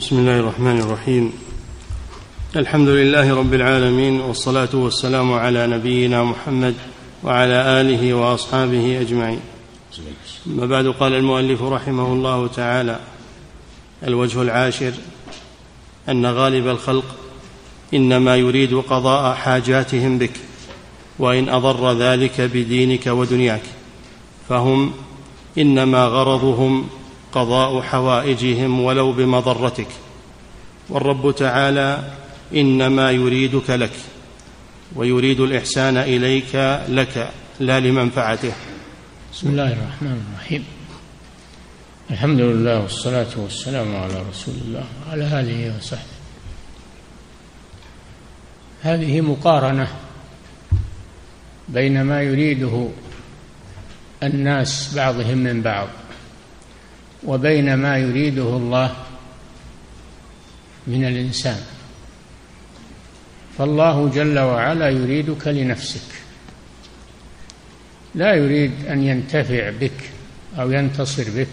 بسم الله الرحمن الرحيم. الحمد لله رب العالمين، والصلاة والسلام على نبينا محمد وعلى آله وأصحابه أجمعين. أما بعد، قال المؤلف رحمه الله تعالى: الوجه العاشر أن غالب الخلق إنما يريد قضاء حاجاتهم بك، وإن أضر ذلك بدينك ودنياك، فهم إنما غرضهم قضاء حوائجهم ولو بمضرتك، والرب تعالى إنما يريدك لك، ويريد الإحسان إليك لك لا لمنفعته. بسم الله الرحمن الرحيم. الحمد لله والصلاة والسلام على رسول الله وعلى آله وصحبه. هذه مقارنة بين ما يريده الناس بعضهم من بعض وبين ما يريده الله من الإنسان. فالله جل وعلا يريدك لنفسك، لا يريد أن ينتفع بك أو ينتصر بك،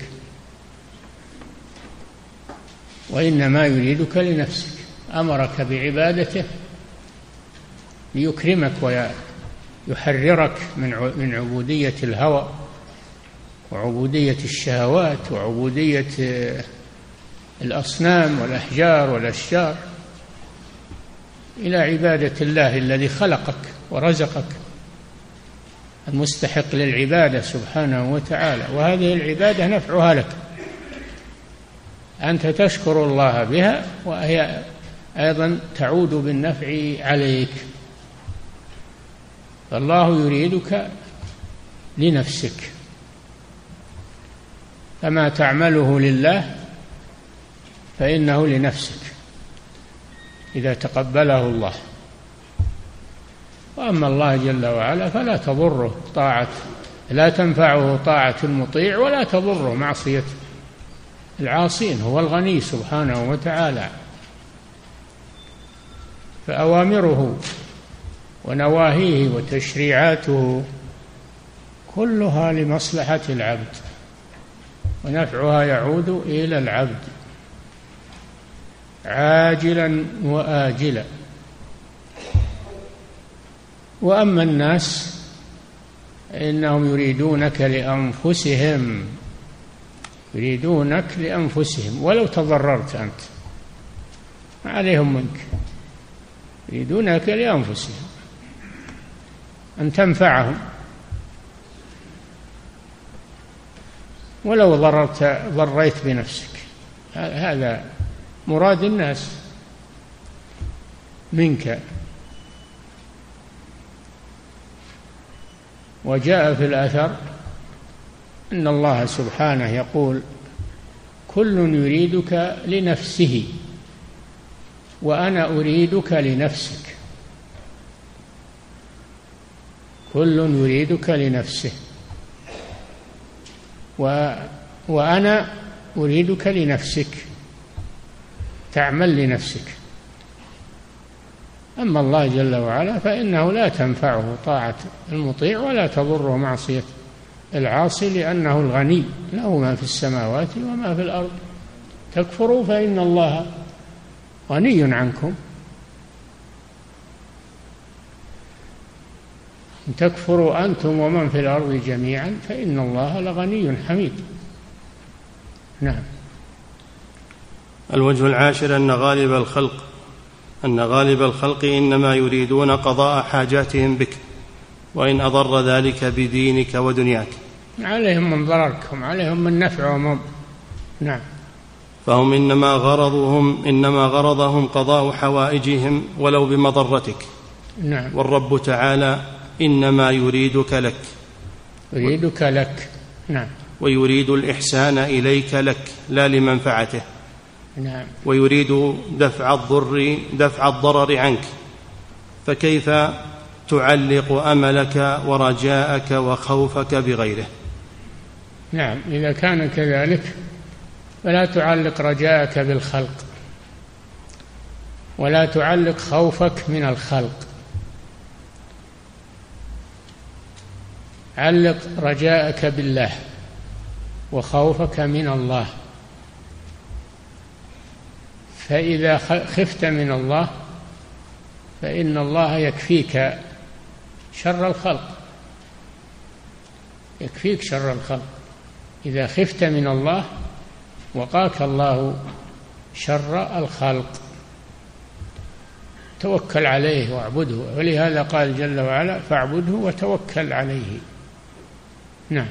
وإنما يريدك لنفسك. أمرك بعبادته ليكرمك ويحررك من عبودية الهوى وعبودية الشهوات وعبودية الأصنام والأحجار والأشجار، إلى عبادة الله الذي خلقك ورزقك، المستحق للعبادة سبحانه وتعالى. وهذه العبادة نفعها لك، أنت تشكر الله بها، وهي أيضا تعود بالنفع عليك. فالله يريدك لنفسك، فما تعمله لله فإنه لنفسك إذا تقبله الله. وأما الله جل وعلا فلا تضره لا تنفعه طاعة المطيع ولا تضره معصية العاصين. هو الغني سبحانه وتعالى، فأوامره ونواهيه وتشريعاته كلها لمصلحة العبد، ونفعها يعود إلى العبد عاجلا وآجلا. وأما الناس إنهم يريدونك لأنفسهم ولو تضررت أنت، ما عليهم منك، يريدونك لأنفسهم أن تنفعهم، ولو ضريت بنفسك. هذا مراد الناس منك. وجاء في الأثر أن الله سبحانه يقول: كل يريدك لنفسه وأنا أريدك لنفسك. كل يريدك لنفسه وأنا أريدك لنفسك، تعمل لنفسك. أما الله جل وعلا فإنه لا تنفعه طاعة المطيع ولا تضره معصية العاصي، لأنه الغني، له ما في السماوات وما في الأرض. تكفروا فإن الله غني عنكم، إن تكفروا أنتم ومن في الأرض جميعا فإن الله لغني حميد. نعم. الوجه العاشر أن غالب الخلق إنما يريدون قضاء حاجاتهم بك، وإن أضر ذلك بدينك ودنياك. عليهم من ضرركم، عليهم من نفعهم. نعم. فهم إنما غرضهم قضاء حوائجهم ولو بمضرتك. نعم. والرب تعالى إنما يريدك لك. نعم. ويريد الإحسان إليك لك لا لمنفعته. نعم. ويريد دفع الضرر عنك، فكيف تعلق أملك ورجاءك وخوفك بغيره؟ نعم، إذا كان كذلك فلا تعلق رجاءك بالخلق، ولا تعلق خوفك من الخلق. علق رجاءك بالله وخوفك من الله، فإذا خفت من الله فإن الله يكفيك شر الخلق، يكفيك شر الخلق. إذا خفت من الله وقاك الله شر الخلق. توكل عليه واعبده، ولهذا قال جل وعلا فاعبده وتوكل عليه. نعم.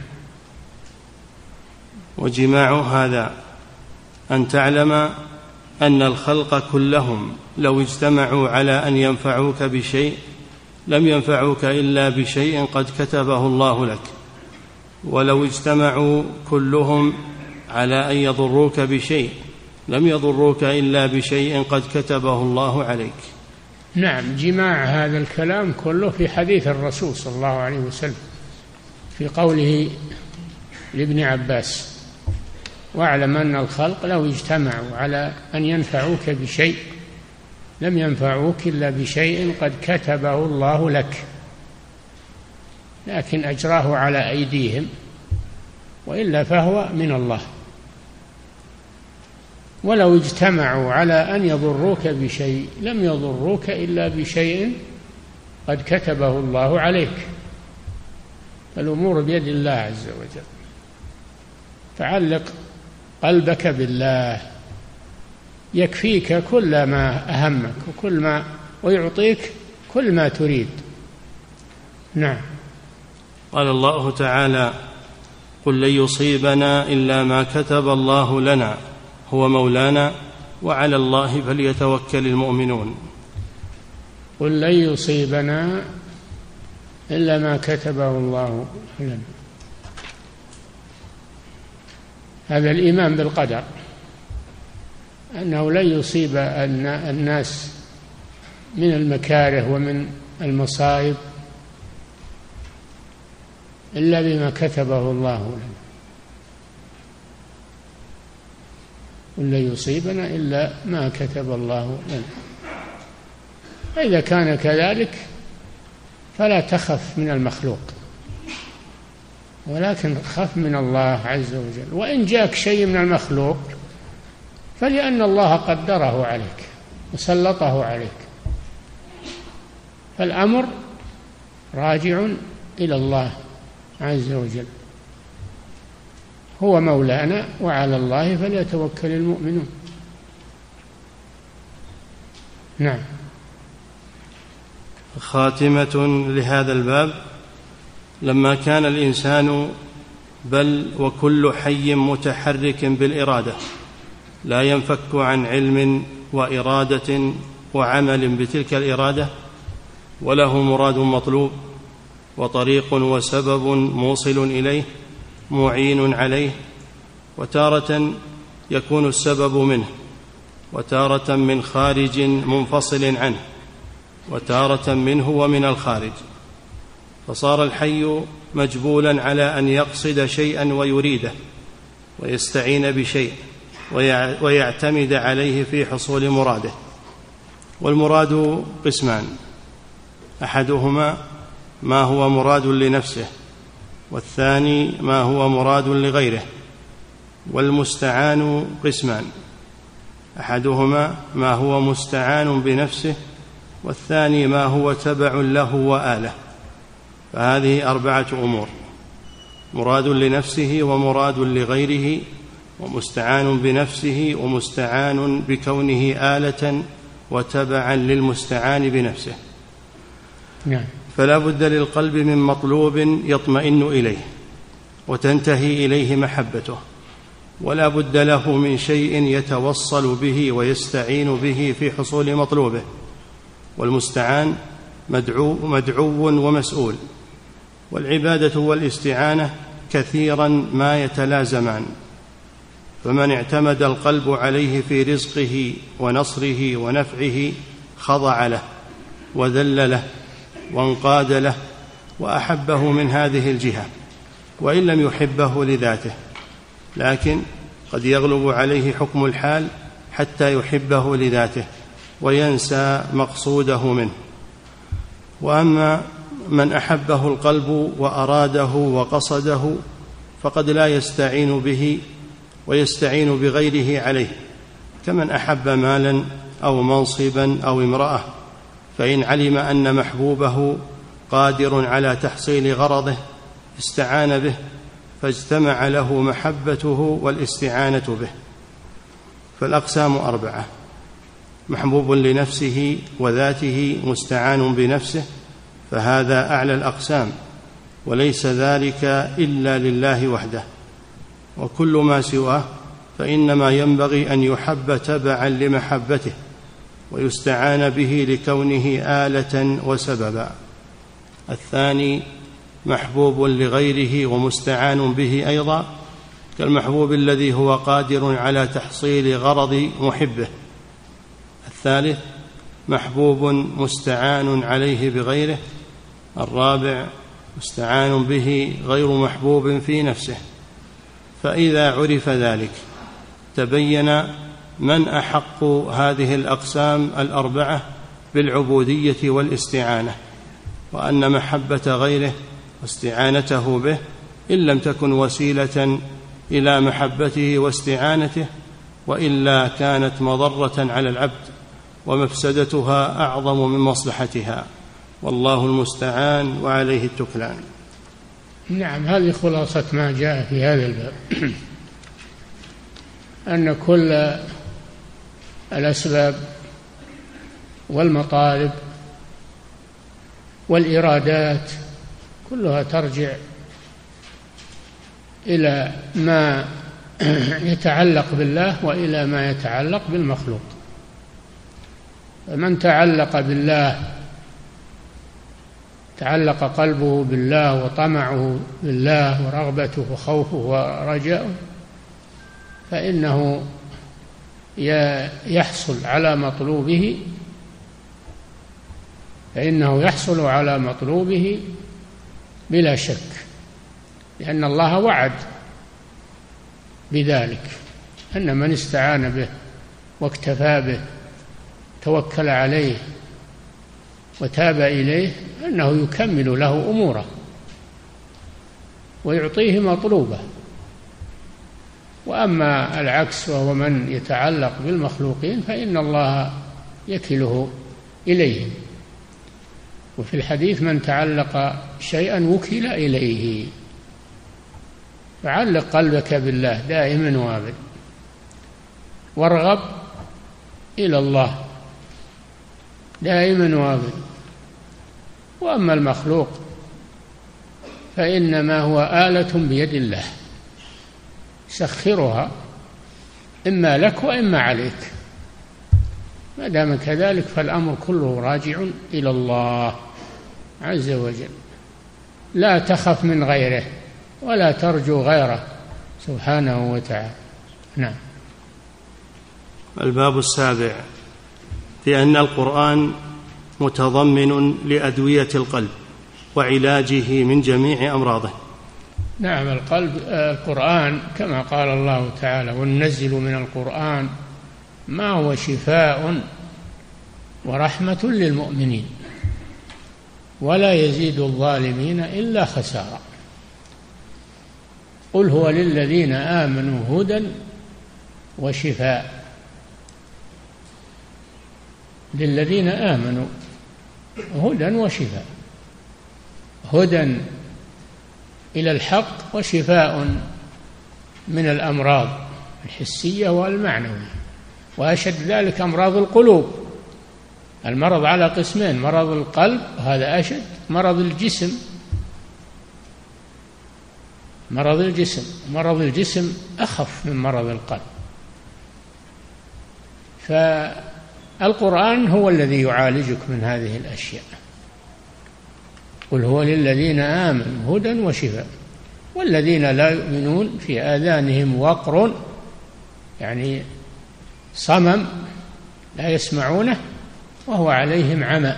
وجماع هذا أن تعلم أن الخلق كلهم لو اجتمعوا على أن ينفعوك بشيء لم ينفعوك إلا بشيء قد كتبه الله لك، ولو اجتمعوا كلهم على أن يضروك بشيء لم يضروك إلا بشيء قد كتبه الله عليك. نعم. جماع هذا الكلام كله في حديث الرسول صلى الله عليه وسلم في قوله لابن عباس واعلم أن الخلق لو اجتمعوا على أن ينفعوك بشيء لم ينفعوك إلا بشيء قد كتبه الله لك، لكن أجراه على أيديهم، وإلا فهو من الله. ولو اجتمعوا على أن يضروك بشيء لم يضروك إلا بشيء قد كتبه الله عليك. الأمور بيد الله عز وجل، فعلق قلبك بالله يكفيك كل ما أهمك ويعطيك كل ما تريد. نعم. قال الله تعالى قل لن يصيبنا إلا ما كتب الله لنا هو مولانا وعلى الله فليتوكل المؤمنون. قل لن يصيبنا إلا ما كتبه الله لنا، هذا الإيمان بالقدر، أنه لن يصيب الناس من المكاره ومن المصائب إلا بما كتبه الله لنا. قل لن يصيبنا إلا ما كتب الله لنا. فإذا كان كذلك فلا تخف من المخلوق، ولكن خف من الله عز وجل. وإن جاءك شيء من المخلوق فلأن الله قدره عليك وسلطه عليك، فالأمر راجع إلى الله عز وجل، هو مولانا وعلى الله فليتوكل المؤمنون. نعم. خاتمة لهذا الباب: لما كان الإنسان بل وكل حي متحرك بالإرادة لا ينفك عن علم وإرادة وعمل بتلك الإرادة، وله مراد مطلوب وطريق وسبب موصل إليه معين عليه، وتارة يكون السبب منه، وتارة من خارج منفصل عنه، وتارة منه ومن الخارج، فصار الحي مجبولا على أن يقصد شيئا ويريده ويستعين بشيء ويعتمد عليه في حصول مراده. والمراد قسمان: أحدهما ما هو مراد لنفسه، والثاني ما هو مراد لغيره. والمستعان قسمان: أحدهما ما هو مستعان بنفسه، والثاني ما هو تبع له وآله. فهذه 4 أمور: مراد لنفسه ومراد لغيره ومستعان بنفسه ومستعان بكونه آلة وتبعا للمستعان بنفسه. نعم. فلا بد للقلب من مطلوب يطمئن إليه وتنتهي إليه محبته، ولا بد له من شيء يتوصل به ويستعين به في حصول مطلوبه. والمستعان مدعو ومسؤول، والعبادة والاستعانة كثيرا ما يتلازمان، فمن اعتمد القلب عليه في رزقه ونصره ونفعه خضع له وذل له وانقاد له وأحبه من هذه الجهة، وإن لم يحبه لذاته، لكن قد يغلب عليه حكم الحال حتى يحبه لذاته وينسى مقصوده منه. وأما من أحبه القلب وأراده وقصده فقد لا يستعين به ويستعين بغيره عليه، كمن أحب مالا أو منصبا أو امرأة، فإن علم أن محبوبه قادر على تحصيل غرضه استعان به، فاجتمع له محبته والاستعانة به. فالأقسام 4: محبوب لنفسه وذاته مستعان بنفسه، فهذا أعلى الأقسام، وليس ذلك إلا لله وحده، وكل ما سواه فإنما ينبغي أن يحب تبعا لمحبته، ويستعان به لكونه آلة وسببا. الثاني: محبوب لغيره ومستعان به أيضا، كالمحبوب الذي هو قادر على تحصيل غرض محبه. الثالث: محبوب مستعان عليه بغيره. الرابع: مستعان به غير محبوب في نفسه. فإذا عرف ذلك تبين من أحق هذه الأقسام 4 بالعبودية والاستعانة، وأن محبة غيره واستعانته به إن لم تكن وسيلة إلى محبته واستعانته، وإلا كانت مضرة على العبد ومفسدتها أعظم من مصلحتها، والله المستعان وعليه التكلان. نعم، هذه خلاصة ما جاء في هذا الباب، أن كل الأسباب والمطالب والإرادات كلها ترجع إلى ما يتعلق بالله وإلى ما يتعلق بالمخلوق. فمن تعلق بالله، تعلق قلبه بالله وطمعه بالله ورغبته وخوفه ورجاؤه، فإنه يحصل على مطلوبه بلا شك، لأن الله وعد بذلك، أن من استعان به واكتفى به توكل عليه وتاب إليه أنه يكمل له أموره ويعطيه مطلوبه. وأما العكس وهو من يتعلق بالمخلوقين فإن الله يكله إليهم. وفي الحديث: من تعلق شيئا وكل إليه. فعلق قلبك بالله دائما وابدا، وارغب إلى الله دائما وابدا. وأما المخلوق فإنما هو آلة بيد الله سخرها إما لك وإما عليك. ما دام كذلك فالأمر كله راجع إلى الله عز وجل. لا تخف من غيره ولا ترجو غيره سبحانه وتعالى. نعم. الباب 7: في أن القرآن متضمن لأدوية القلب وعلاجه من جميع أمراضه. نعم، القرآن كما قال الله تعالى: وننزل من القرآن ما هو شفاء ورحمة للمؤمنين ولا يزيد الظالمين إلا خسارا. قل هو للذين آمنوا هدى وشفاء. للذين آمنوا هدى وشفاء، هدى إلى الحق وشفاء من الأمراض الحسية والمعنوية. وأشد ذلك أمراض القلوب. المرض على قسمين: مرض القلب هذا أشد، مرض الجسم أخف من مرض القلب. فالقرآن هو الذي يعالجك من هذه الأشياء. قل هو للذين آمنوا هدى وشفاء. والذين لا يؤمنون في آذانهم وقر، يعني صمم لا يسمعونه وهو عليهم عمى،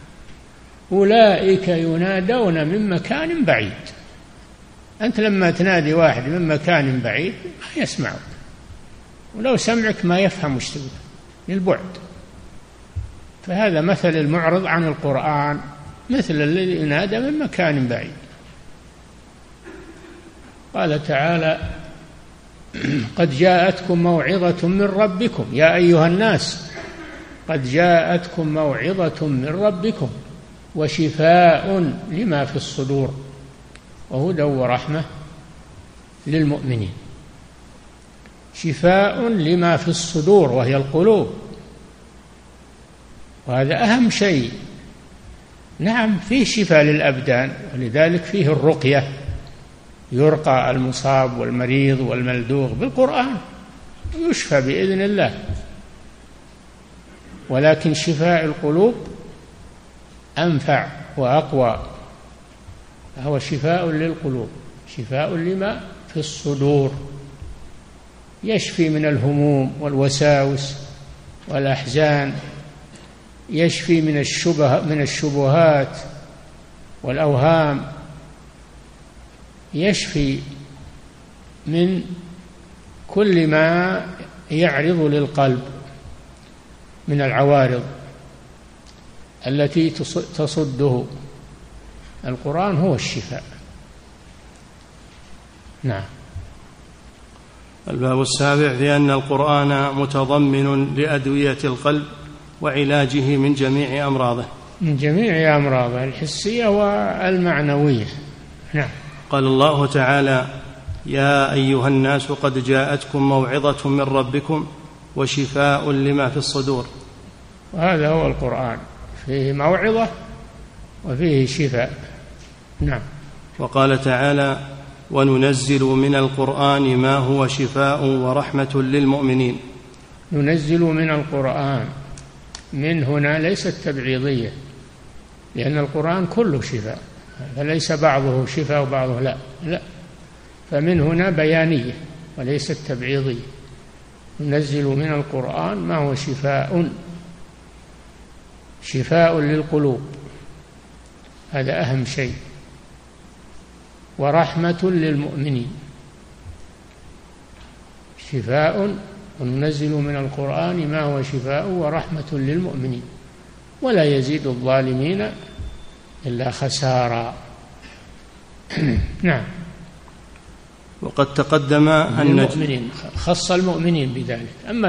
أولئك ينادون من مكان بعيد. أنت لما تنادي واحد من مكان بعيد ما يسمعك، ولو سمعك ما يفهم وش تقول للبعد. فهذا مثل المعرض عن القرآن، مثل الذي ينادى من مكان بعيد. قال تعالى: قد جاءتكم موعظة من ربكم يا أيها الناس قد جاءتكم موعظة من ربكم وشفاء لما في الصدور وهدى ورحمة للمؤمنين. شفاء لما في الصدور وهي القلوب، وهذا أهم شيء. نعم فيه شفاء للأبدان، ولذلك فيه الرقية، يرقى المصاب والمريض والملدوغ بالقرآن يشفى بإذن الله، ولكن شفاء القلوب أنفع وأقوى، فهو شفاء للقلوب، شفاء لما في الصدور، يشفي من الهموم والوساوس والأحزان، يشفي من الشبهات والأوهام، يشفي من كل ما يعرض للقلب من العوارض التي تصده. القرآن هو الشفاء. نعم. الباب السابع في أن القرآن متضمن لأدوية القلب وعلاجه من جميع أمراضه، من جميع أمراضه الحسية والمعنوية. نعم. قال الله تعالى: يا أيها الناس قد جاءتكم موعظة من ربكم وشفاء لما في الصدور. وهذا هو القرآن، فيه موعظة وفيه شفاء. نعم. وقال تعالى: وننزل من القرآن ما هو شفاء ورحمة للمؤمنين. ننزل من القرآن، من هنا ليست تبعيضية، لأن القرآن كله شفاء، فليس بعضه شفاء وبعضه لا، فمن هنا بيانية وليست تبعيضية. ننزل من القرآن ما هو شفاء للقلوب، هذا أهم شيء، ورحمة للمؤمنين. شفاء، وننزل من القرآن ما هو شفاء ورحمة للمؤمنين ولا يزيد الظالمين إلا خسارا. نعم. وقد تقدم أن المؤمنين خص المؤمنين بذلك،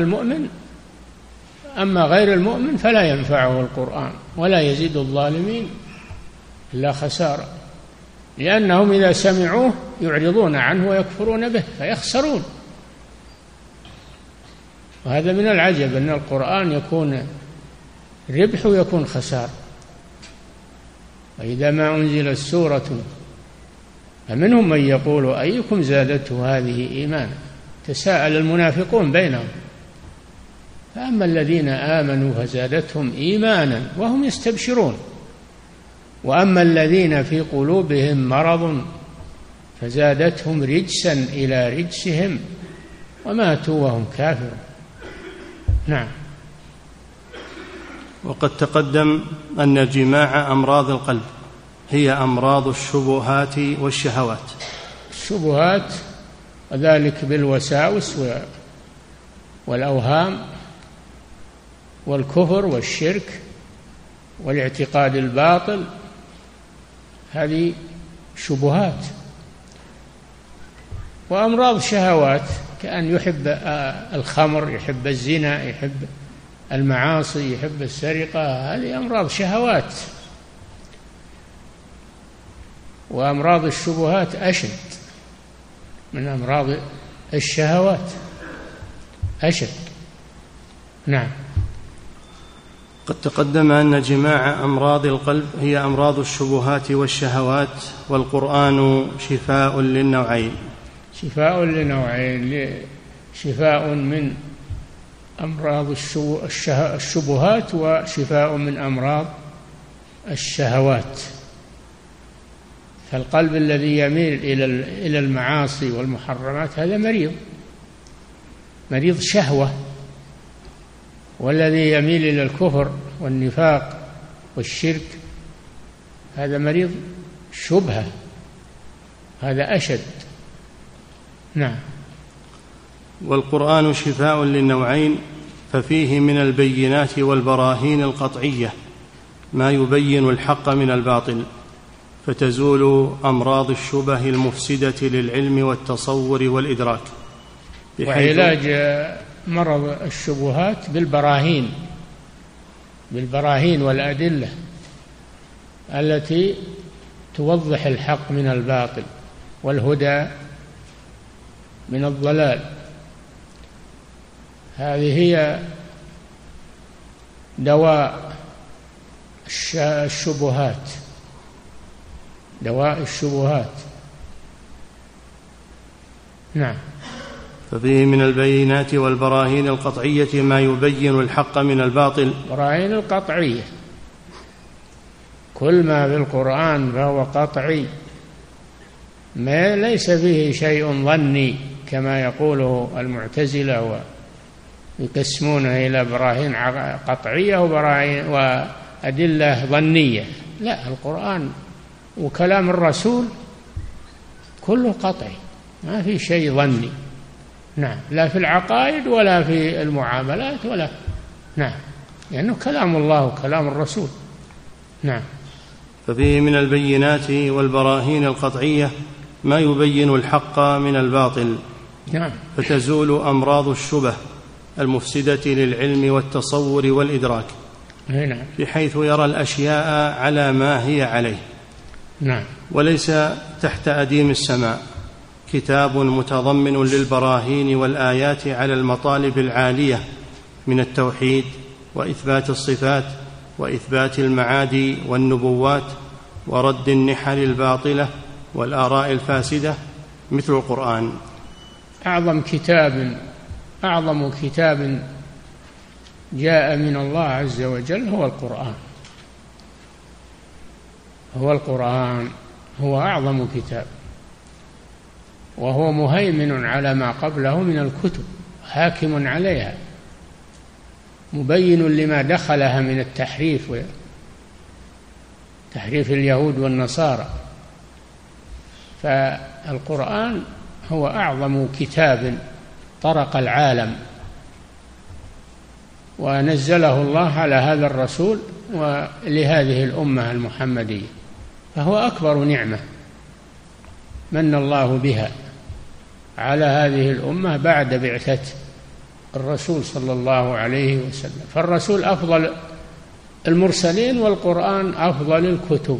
أما غير المؤمن فلا ينفعه القرآن ولا يزيد الظالمين إلا خسارا، لأنهم إذا سمعوه يعرضون عنه ويكفرون به فيخسرون. وهذا من العجب أن القرآن يكون ربح ويكون خسار. وإذا ما أنزلت سورة فمنهم من يقول أيكم زادته هذه إيمانا، تساءل المنافقون بينهم، فأما الذين آمنوا فزادتهم إيمانا وهم يستبشرون، وأما الذين في قلوبهم مرض فزادتهم رجسا إلى رجسهم وماتوا وهم كافرون. نعم. وقد تقدم أن جماع أمراض القلب هي أمراض الشبهات والشهوات. الشبهات وذلك بالوساوس والأوهام والكفر والشرك والاعتقاد الباطل، هذه شبهات. وأمراض شهوات كأن يحب الخمر، يحب الزنا، يحب المعاصي، يحب السرقة، هذه أمراض شهوات. وأمراض الشبهات أشد من أمراض الشهوات، أشد. نعم. قد تقدم أن جماع أمراض القلب هي أمراض الشبهات والشهوات، والقرآن شفاء للنوعين. شفاء لنوعين، شفاء من أمراض الشبهات وشفاء من أمراض الشهوات. فالقلب الذي يميل إلى المعاصي والمحرمات هذا مريض شهوة، والذي يميل إلى الكفر والنفاق والشرك هذا مريض شبهة، هذا أشد. نعم. والقرآن شفاء للنوعين، ففيه من البينات والبراهين القطعية ما يبين الحق من الباطل، فتزول أمراض الشبه المفسدة للعلم والتصور والإدراك. وعلاج مرض الشبهات بالبراهين والأدلة التي توضح الحق من الباطل والهدى من الضلال. هذه هي دواء الشبهات، دواء الشبهات. نعم. ففيه من البينات والبراهين القطعية ما يبين الحق من الباطل. براهين القطعية، كل ما في القرآن فهو قطعي، ما ليس فيه شيء ظني كما يقوله المعتزلة ويقسمونه إلى براهين قطعية وبراهين وأدلة ظنية. لا، القرآن وكلام الرسول كله قطعي، ما في شيء ظني. نعم، لا في العقائد ولا في المعاملات ولا. نعم، لأنه كلام الله وكلام الرسول. نعم. ففيه من البينات والبراهين القطعية ما يبين الحق من الباطل. نعم. فتزول أمراض الشبه المفسدة للعلم والتصور والإدراك. نعم. بحيث يرى الأشياء على ما هي عليه. نعم. وليس تحت أديم السماء كتاب متضمن للبراهين والآيات على المطالب العالية من التوحيد وإثبات الصفات وإثبات المعاد والنبوات ورد النحل الباطلة والآراء الفاسدة مثل القرآن. أعظم كتاب جاء من الله عز وجل هو القرآن، هو أعظم كتاب، وهو مهيمن على ما قبله من الكتب، حاكم عليها، مبين لما دخلها من التحريف تحريف اليهود والنصارى. فالقرآن هو أعظم كتاب طرق العالم، ونزله الله على هذا الرسول ولهذه الأمة المحمدية، فهو أكبر نعمة من الله بها على هذه الأمة بعد بعثة الرسول صلى الله عليه وسلم. فالرسول أفضل المرسلين والقرآن أفضل الكتب.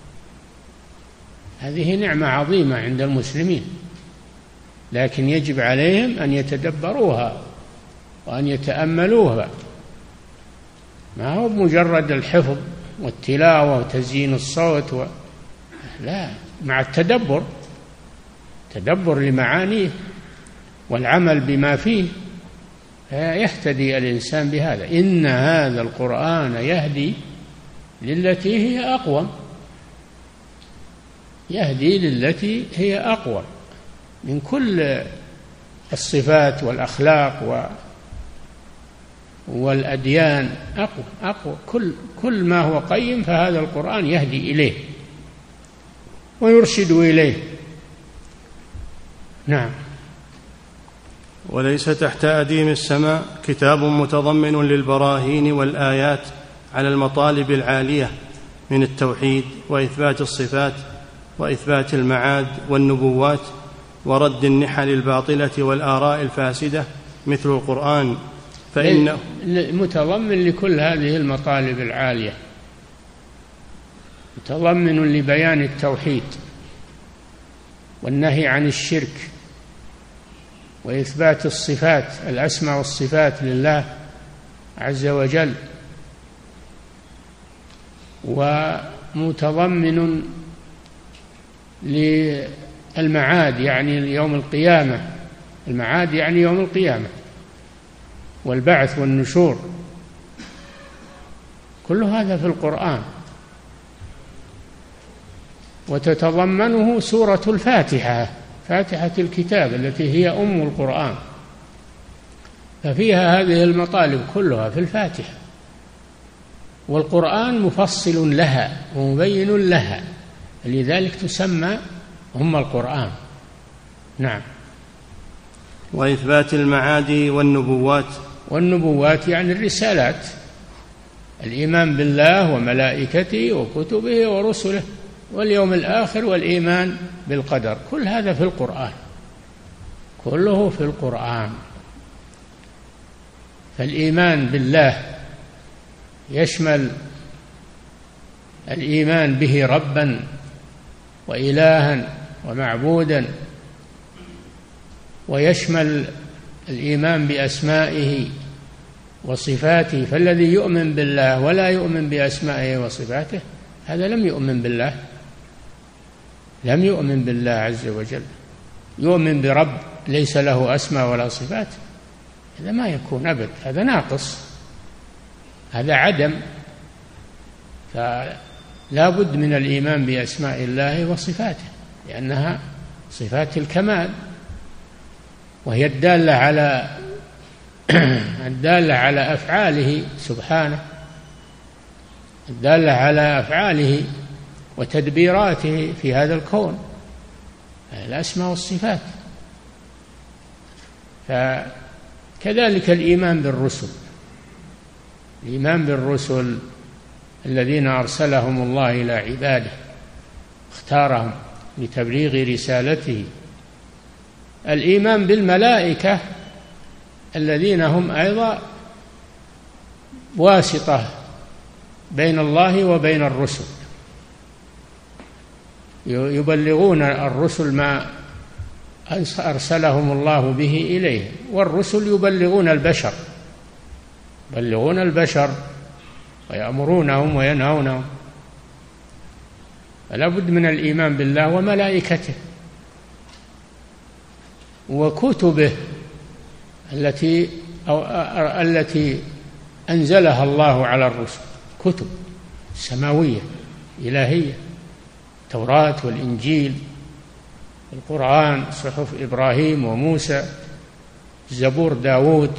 هذه نعمة عظيمة عند المسلمين، لكن يجب عليهم أن يتدبروها وأن يتأملوها، ما هو مجرد الحفظ والتلاوة وتزيين الصوت لا، مع التدبر لمعانيه والعمل بما فيه يهتدي الإنسان بهذا. إن هذا القرآن يهدي للتي هي أقوم، يهدي للتي هي أقوم من كل الصفات والأخلاق والأديان، أقوى كل ما هو قيم، فهذا القرآن يهدي إليه ويرشد إليه. نعم. وليس تحت أديم السماء كتاب متضمن للبراهين والآيات على المطالب العالية من التوحيد وإثبات الصفات وإثبات المعاد والنبوات ورد النحل الباطلة والآراء الفاسدة مثل القرآن، فإنه متضمن لكل هذه المطالب العالية، متضمن لبيان التوحيد والنهي عن الشرك وإثبات الصفات، الأسماء والصفات لله عز وجل، ومتضمن للمعاد يعني يوم القيامة، المعاد يعني يوم القيامة والبعث والنشور، كل هذا في القرآن. وتتضمنه سورة الفاتحة، فاتحة الكتاب التي هي أم القرآن، ففيها هذه المطالب كلها في الفاتحة، والقرآن مفصل لها ومبين لها، لذلك تسمى أم القرآن. نعم. وإثبات المعاد والنبوات يعني الرسالات، الإيمان بالله وملائكته وكتبه ورسله واليوم الآخر والإيمان بالقدر، كل هذا في القرآن، كله في القرآن. فالإيمان بالله يشمل الإيمان به ربا وإلها ومعبودا، ويشمل الإيمان بأسمائه وصفاته. فالذي يؤمن بالله ولا يؤمن بأسمائه وصفاته هذا لم يؤمن بالله، لم يؤمن بالله عز وجل. يؤمن برب ليس له أسماء ولا صفات، هذا ما يكون أبد، هذا ناقص، هذا عدم. فلا بد من الإيمان بأسماء الله وصفاته، لأنها صفات الكمال، وهي الدالة على أفعاله سبحانه، الدالة على أفعاله وتدبيراته في هذا الكون، الأسماء والصفات. فكذلك الإيمان بالرسل، الإيمان بالرسل الذين أرسلهم الله إلى عباده، اختارهم لتبليغ رسالته. الإيمان بالملائكة الذين هم أيضا واسطة بين الله وبين الرسل، يبلغون الرسل ما أرسلهم الله به إليه، والرسل يبلغون البشر ويأمرونهم وينهونهم. فلا بد من الإيمان بالله وملائكته وكتبه التي أنزلها الله على الرسل، كتب سماوية إلهية، التوراة والإنجيل، القرآن، صحف إبراهيم وموسى، زبور داود،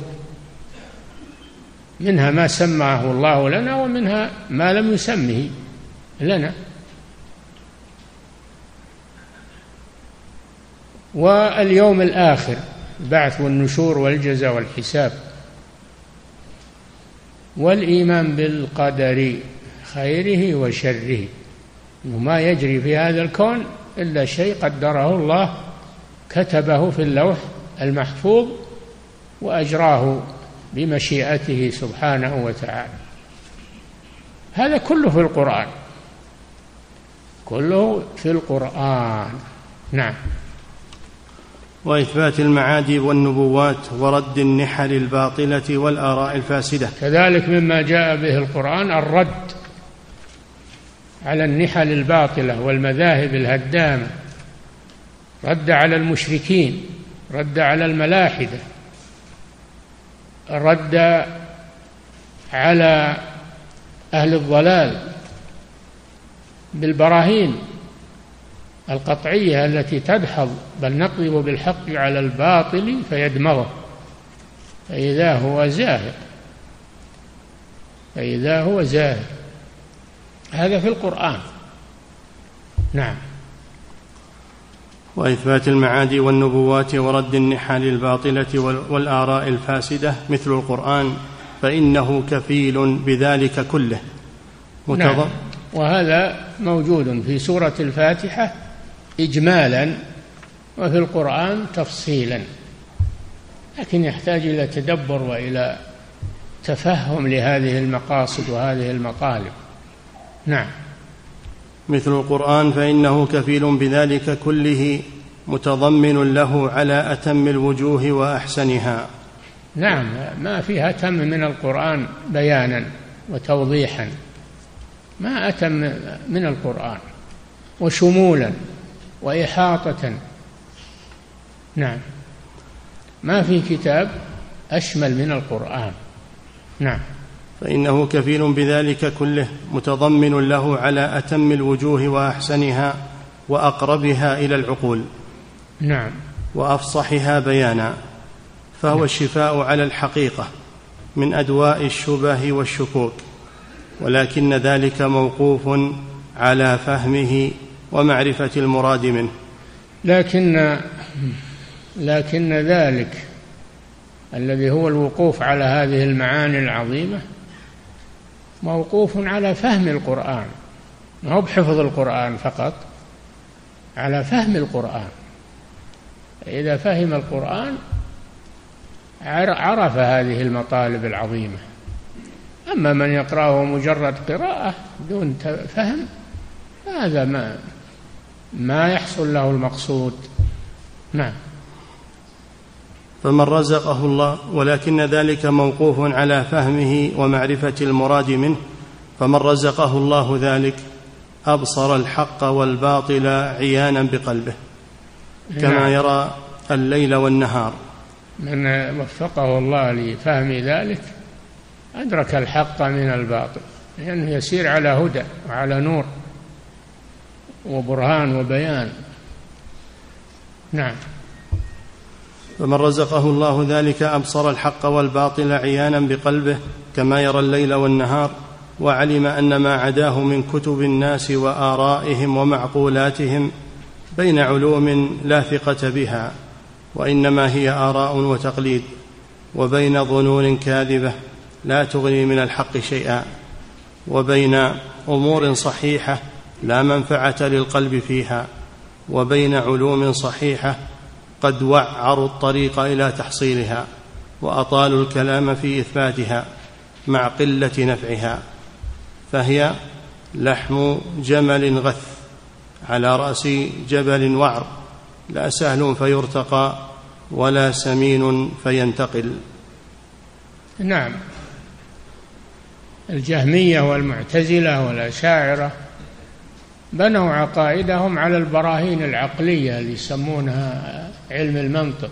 منها ما سماه الله لنا ومنها ما لم يسمه لنا. واليوم الآخر، البعث والنشور والجزاء والحساب. والإيمان بالقدر خيره وشره، إنه ما يجري في هذا الكون إلا شيء قدره الله، كتبه في اللوح المحفوظ وأجراه بمشيئته سبحانه وتعالى. هذا كله في القرآن، كله في القرآن. نعم. وإثبات المعاد والنبوات ورد النحل الباطلة والآراء الفاسدة. كذلك مما جاء به القرآن الرد على النحل الباطلة والمذاهب الهدامة، رد على المشركين، رد على الملاحدة، رد على أهل الضلال بالبراهين القطعية التي تدحض، بل نقذف بالحق على الباطل فيدمغه فإذا هو زاهق. هذا في القرآن. نعم. وإثبات المعاد والنبوات ورد النحل الباطلة والآراء الفاسدة مثل القرآن، فإنه كفيل بذلك كله. نعم. وهذا موجود في سورة الفاتحة إجمالا، وفي القرآن تفصيلا، لكن يحتاج إلى تدبر وإلى تفهم لهذه المقاصد وهذه المطالب. نعم. مثل القرآن فإنه كفيل بذلك كله متضمن له على أتم الوجوه وأحسنها. نعم، ما فيها أتم من القرآن بيانا وتوضيحا، ما أتم من القرآن، وشمولا وإحاطة. نعم، ما في كتاب أشمل من القرآن. نعم. فإنه كفيل بذلك كله متضمن له على أتم الوجوه وأحسنها وأقربها إلى العقول. نعم. وأفصحها بيانا، فهو الشفاء على الحقيقة من أدواء الشبه والشكوك، ولكن ذلك موقوف على فهمه ومعرفة المراد منه. لكن ذلك الذي هو الوقوف على هذه المعاني العظيمة موقوف على فهم القرآن، ما هو بحفظ القرآن فقط، على فهم القرآن. إذا فهم القرآن عرف هذه المطالب العظيمة. أما من يقرأه مجرد قراءة دون فهم هذا ما يحصل له المقصود. نعم. فمن رزقه الله، ولكن ذلك موقوف على فهمه ومعرفة المراد منه، فمن رزقه الله ذلك أبصر الحق والباطل عيانا بقلبه كما يرى الليل والنهار. من وفقه الله لفهم ذلك أدرك الحق من الباطل، لأنه يسير على هدى وعلى نور وبرهان وبيان. نعم. فمن رزقه الله ذلك أبصر الحق والباطل عيانا بقلبه كما يرى الليل والنهار، وعلم أن ما عداه من كتب الناس وآرائهم ومعقولاتهم بين علوم لا ثقة بها، وإنما هي آراء وتقليد، وبين ظنون كاذبة لا تغني من الحق شيئا، وبين أمور صحيحة لا منفعة للقلب فيها، وبين علوم صحيحة قد وعروا الطريق إلى تحصيلها وأطالوا الكلام في إثباتها مع قلة نفعها، فهي لحم جمل غث على رأس جبل وعر، لا سهل فيرتقى ولا سمين فينتقل. نعم. الجهمية والمعتزلة والأشاعرة بنوا عقائدهم على البراهين العقلية اللي يسمونها علم المنطق،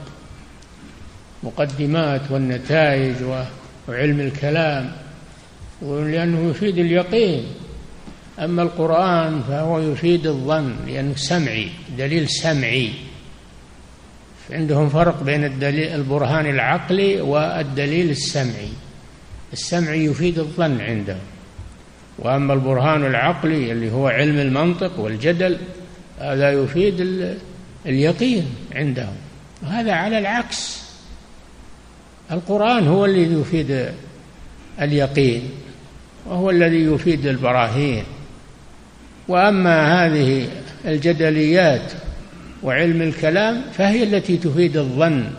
مقدمات والنتائج وعلم الكلام، ولأنه يفيد اليقين. أما القرآن فهو يفيد الظن لأنه سمعي، دليل سمعي. عندهم فرق بين الدليل البرهان العقلي والدليل السمعي. السمعي يفيد الظن عندهم، وأما البرهان العقلي اللي هو علم المنطق والجدل هذا يفيد اليقين عندهم. وهذا على العكس، القرآن هو الذي يفيد اليقين وهو الذي يفيد البراهين، وأما هذه الجدليات وعلم الكلام فهي التي تفيد الظن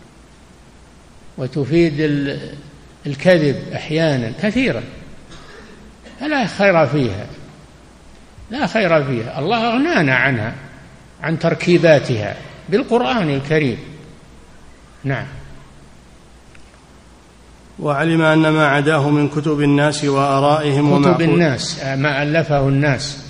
وتفيد الكذب أحيانا كثيرا، فلا خير فيها، لا خير فيها. الله أغنانا عنها، عن تركيباتها بالقرآن الكريم. نعم. وعلم أن ما عداه من كتب الناس وآرائهم كتب الناس ما ألفه الناس،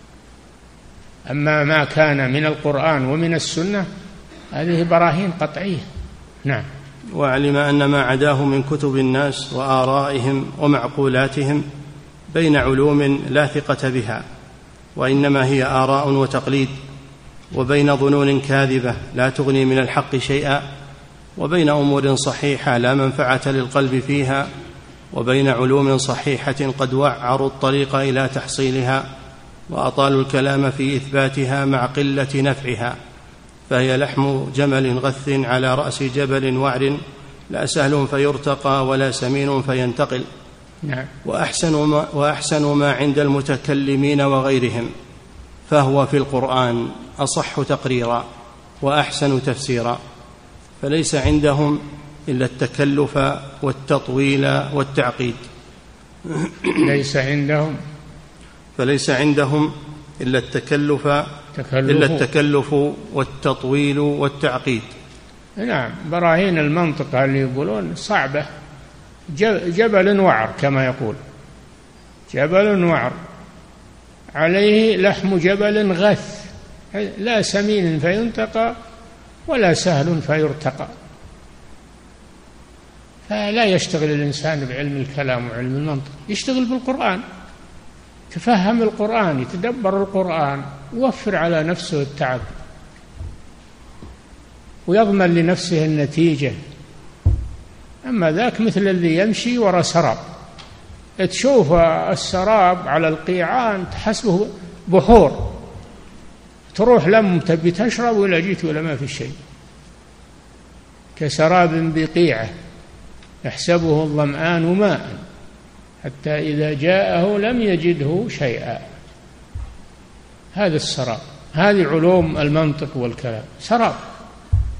أما ما كان من القرآن ومن السنة هذه براهين قطعية. نعم. وعلم أن ما عداه من كتب الناس وآرائهم ومعقولاتهم بين علوم لا ثقة بها، وإنما هي آراء وتقليد، وبين ظنون كاذبة لا تغني من الحق شيئا، وبين أمور صحيحة لا منفعة للقلب فيها، وبين علوم صحيحة قد وعروا الطريق إلى تحصيلها وأطالوا الكلام في إثباتها مع قلة نفعها، فهي لحم جمل غث على رأس جبل وعر، لا سهل فيرتقى ولا سمين فينتقل. نعم. وأحسن ما عند المتكلمين وغيرهم فهو في القرآن أصح تقريرا وأحسن تفسيرا، فليس عندهم إلا التكلف والتطويل والتعقيد. فليس عندهم إلا التكلف والتطويل والتعقيد. نعم. براهين المنطق اللي يقولون صعبة، جبل وعر كما يقول، جبل وعر عليه لحم جبل غث، لا سمين فينتقى ولا سهل فيرتقى. فلا يشتغل الإنسان بعلم الكلام وعلم المنطق، يشتغل بالقرآن، يتفهم القرآن، يتدبر القرآن، يوفر على نفسه التعب ويضمن لنفسه النتيجة. أما ذاك مثل الذي يمشي وراء سراب، تشوف السراب على القيعان تحسبه بحور، تروح لم تبي تشرب ولا جيت ولا ما في شيء، كسراب بقيعة يحسبه الظمآن ماء حتى إذا جاءه لم يجده شيئا. هذا السراب، هذه علوم المنطق والكلام، سراب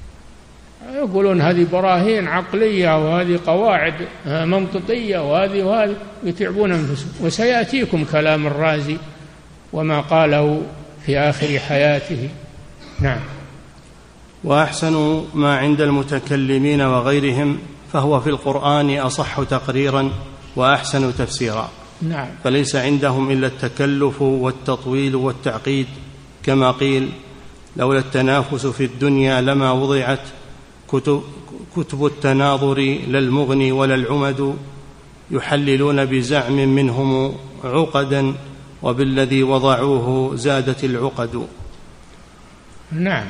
يقولون هذه براهين عقلية وهذه قواعد منطقية وهذه يتعبون أنفسهم. وسيأتيكم كلام الرازي وما قاله في آخر حياته. نعم. وأحسن ما عند المتكلمين وغيرهم فهو في القرآن أصح تقريرا وأحسن تفسيرا. نعم. فليس عندهم إلا التكلف والتطويل والتعقيد، كما قيل: لولا التنافس في الدنيا لما وضعت كتب التناظر لا المغني ولا العمد، يحللون بزعم منهم عقدا وبالذي وضعوه زادت العقد. نعم.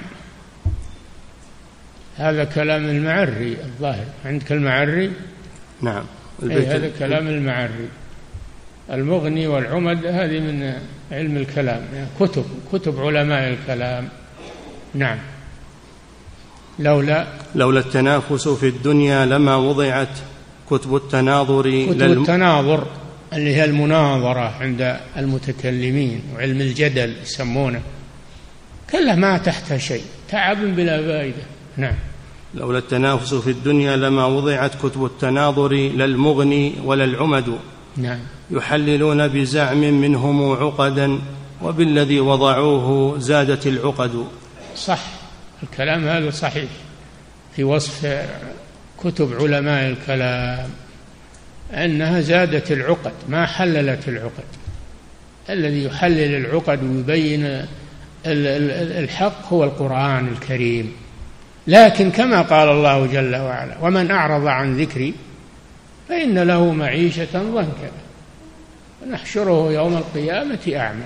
هذا كلام المعري الظاهر. عندك المعري؟ نعم. هذا كلام المعري. المغني والعمد هذه من علم الكلام، يعني كتب علماء الكلام. نعم. لولا التنافس في الدنيا لما وضعت كتب التناظر. كتب التناظر اللي هي المناظرة عند المتكلمين وعلم الجدل يسمونه، كلها ما تحتها شيء، تعب بلا فائدة. نعم. لولا التنافس في الدنيا لما وضعت كتب التناظر لا المغني ولا العمد. نعم. يحللون بزعم منهم عقدا وبالذي وضعوه زادت العقد. صح، الكلام هذا صحيح في وصف كتب علماء الكلام، أنها زادت العقد ما حللت العقد. الذي يحلل العقد ويبين الحق هو القرآن الكريم. لكن كما قال الله جل وعلا: ومن أعرض عن ذكري فإن له معيشة ضنكا ونحشره يوم القيامة أعمى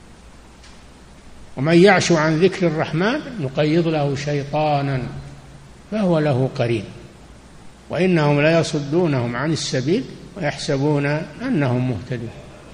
ومن يعش عن ذكر الرحمن نقيض له شيطانا فهو له قرين وإنهم ليصدونهم عن السبيل ويحسبون أنهم مهتدون.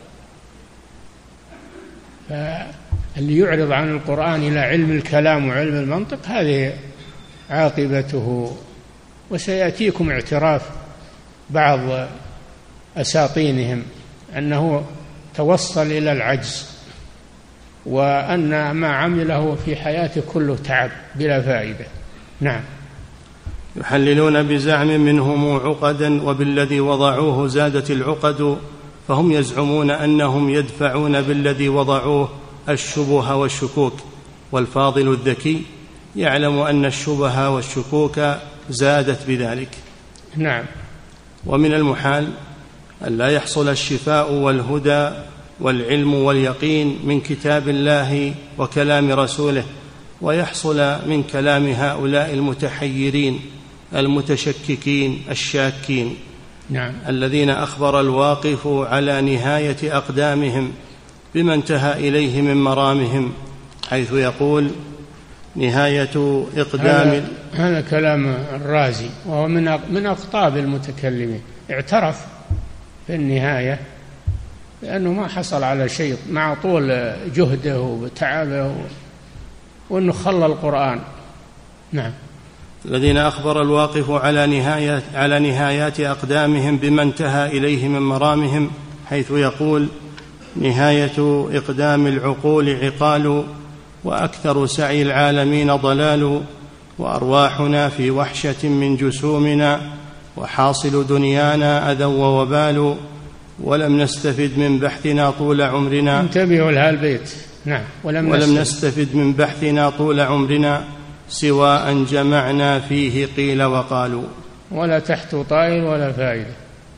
فاللي يعرض عن القرآن إلى علم الكلام وعلم المنطق هذه عاقبته. وسيأتيكم اعتراف بعض أساطينهم أنه توصل إلى العجز، وأن ما عمله في حياته كله تعب بلا فائدة. نعم. يحللون بزعم منهم عقدا وبالذي وضعوه زادت العقد، فهم يزعمون أنهم يدفعون بالذي وضعوه الشبه والشكوك، والفاضل الذكي يعلم أن الشبه والشكوك زادت بذلك. نعم. ومن المحال أن لا يحصل الشفاء والهدى والعلم واليقين من كتاب الله وكلام رسوله، ويحصل من كلام هؤلاء المتحيرين المتشككين الشاكين. نعم. الذين أخبر الواقف على نهاية أقدامهم بما انتهى إليه من مرامهم، حيث يقول: نهاية إقدام. هذا كلام الرازي، وهو من أقطاب المتكلمين. اعترف في النهاية لأنه ما حصل على شيء مع طول جهده وتعبه، وأنه خلى القرآن. نعم. الذين أخبر الواقف على نهايات أقدامهم بما انتهى إليه من مرامهم، حيث يقول: نهاية إقدام العقول عقال وأكثر سعي العالمين ضلال، وأرواحنا في وحشة من جسومنا وحاصل دنيانا أذى ووبال، ولم نستفد من بحثنا طول عمرنا. انتبهوا لهذا البيت. نعم. ولم نستفد من بحثنا طول عمرنا سوى أن جمعنا فيه قيل وقالوا. ولا تحت طائل ولا فائدة.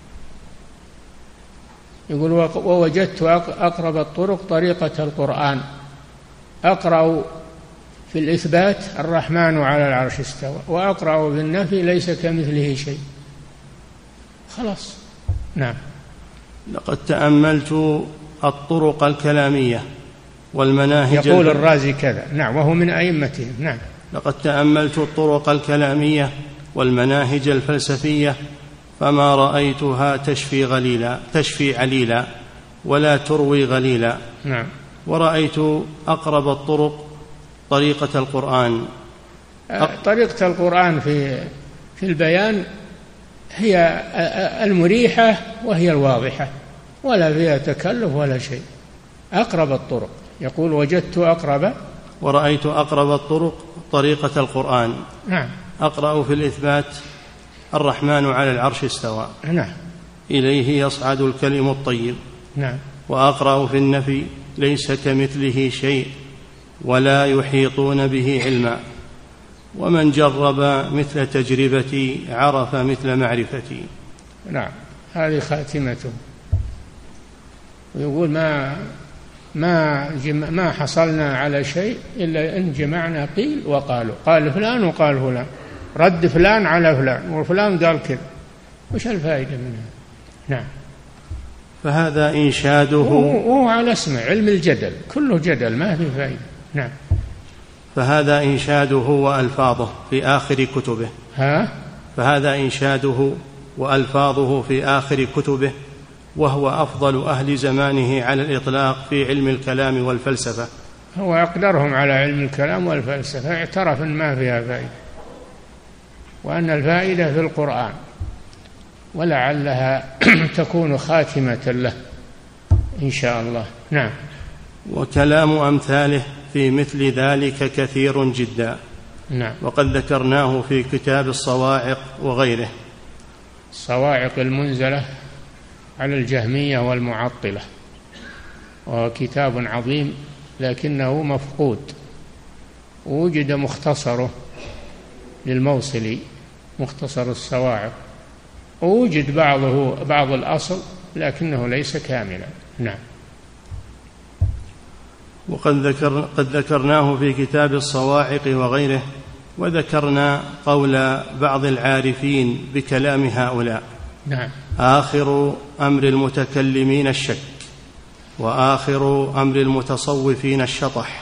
يقول: ووجدت أقرب الطرق طريقة القرآن، أقرأ في الإثبات الرحمن على العرش استوى، وأقرأ في النفي ليس كمثله شيء. خلاص. نعم. لقد تأملت الطرق الكلامية والمناهج. يقول الرازي كذا. نعم. وهو من أئمتهم. نعم. لقد تأملت الطرق الكلامية والمناهج الفلسفية فما رأيتها تشفي عليلا ولا تروي غليلا. نعم. ورأيت أقرب الطرق طريقة القرآن. طريقة القرآن في البيان هي المريحة وهي الواضحة، ولا فيها تكلف ولا شيء. أقرب الطرق. يقول: وجدت أقرب. ورأيت أقرب الطرق طريقة القرآن. نعم. أقرأ في الإثبات الرحمن على العرش استوى، نعم، إليه يصعد الكلم الطيب. نعم. وأقرأ في النفي ليس كمثله شيء ولا يحيطون به علما، ومن جرب مثل تجربتي عرف مثل معرفتي. نعم، هذه خاتمته. ويقول ما حصلنا على شيء إلا إن جمعنا قيل وقالوا، قال فلان وقال فلان، رد فلان على فلان، وفلان قال كذا، وش الفائدة منها؟ نعم. فهذا إنشاده، وهو على اسمه علم الجدل، كله جدل ما في فائدة. نعم. فهذا إنشاده وألفاظه في آخر كتبه. فهذا إنشاده وألفاظه في آخر كتبه، وهو أفضل أهل زمانه على الإطلاق في علم الكلام والفلسفة. هو أقدرهم على علم الكلام والفلسفة، اعترف أن ما فيها فائدة، وأن الفائدة في القرآن، ولعلها تكون خاتمة له إن شاء الله. نعم. وكلام أمثاله في مثل ذلك كثير جدا. نعم. وقد ذكرناه في كتاب الصواعق وغيره. الصواعق المنزلة على الجهمية والمعطلة، وهو كتاب عظيم لكنه مفقود، ووجد مختصره للموصلي، مختصر الصواعق، ووجد بعض الأصل لكنه ليس كاملا. نعم. وقد ذكرناه في كتاب الصواعق وغيره. وذكرنا قول بعض العارفين بكلام هؤلاء. نعم. آخر أمر المتكلمين الشك، وآخر أمر المتصوفين الشطح.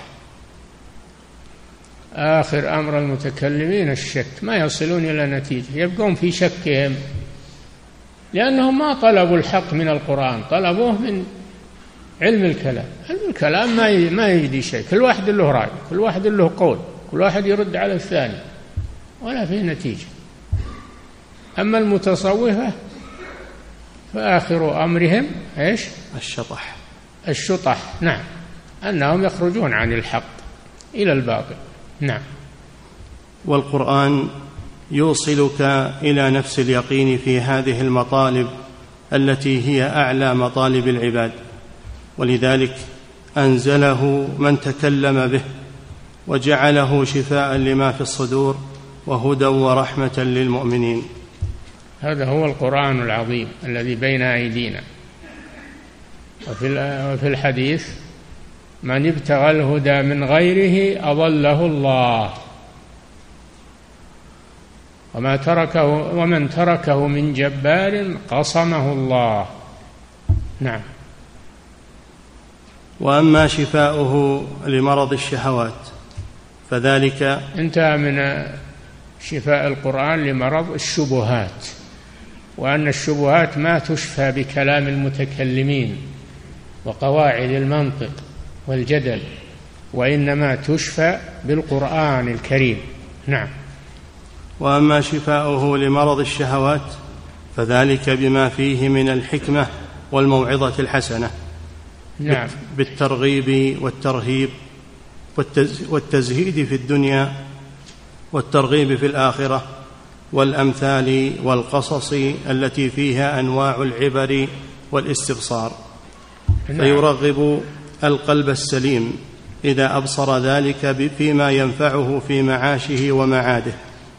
آخر أمر المتكلمين الشك، ما يصلون إلى نتيجة، يبقون في شكهم، لأنهم ما طلبوا الحق من القرآن، طلبوه من علم الكلام. علم الكلام ما يجدي شيء، كل واحد له رأي، كل واحد له قول، كل واحد يرد على الثاني، ولا في نتيجة. أما المتصوفة فآخر أمرهم إيش؟ الشطح. نعم، أنهم يخرجون عن الحق إلى الباطل. نعم. والقرآن يوصلك إلى نفس اليقين في هذه المطالب التي هي أعلى مطالب العباد، ولذلك أنزله من تكلم به، وجعله شفاء لما في الصدور وهدى ورحمة للمؤمنين. هذا هو القرآن العظيم الذي بين أيدينا. وفي الحديث: من ابتغى الهدى من غيره أضله الله، ومن تركه من جبار قصمه الله. نعم. وأما شفاؤه لمرض الشهوات فذلك انتهى من شفاء القرآن لمرض الشبهات، وأن الشبهات ما تشفى بكلام المتكلمين وقواعد المنطق والجدل، وإنما تشفى بالقرآن الكريم. نعم. وأما شفاؤه لمرض الشهوات فذلك بما فيه من الحكمة والموعظة الحسنة. نعم. بالترغيب والترهيب والتزهيد في الدنيا والترغيب في الآخرة، والأمثال والقصص التي فيها أنواع العبر والاستبصار. نعم. فيرغب القلب السليم إذا أبصر ذلك فيما ينفعه في معاشه ومعاده،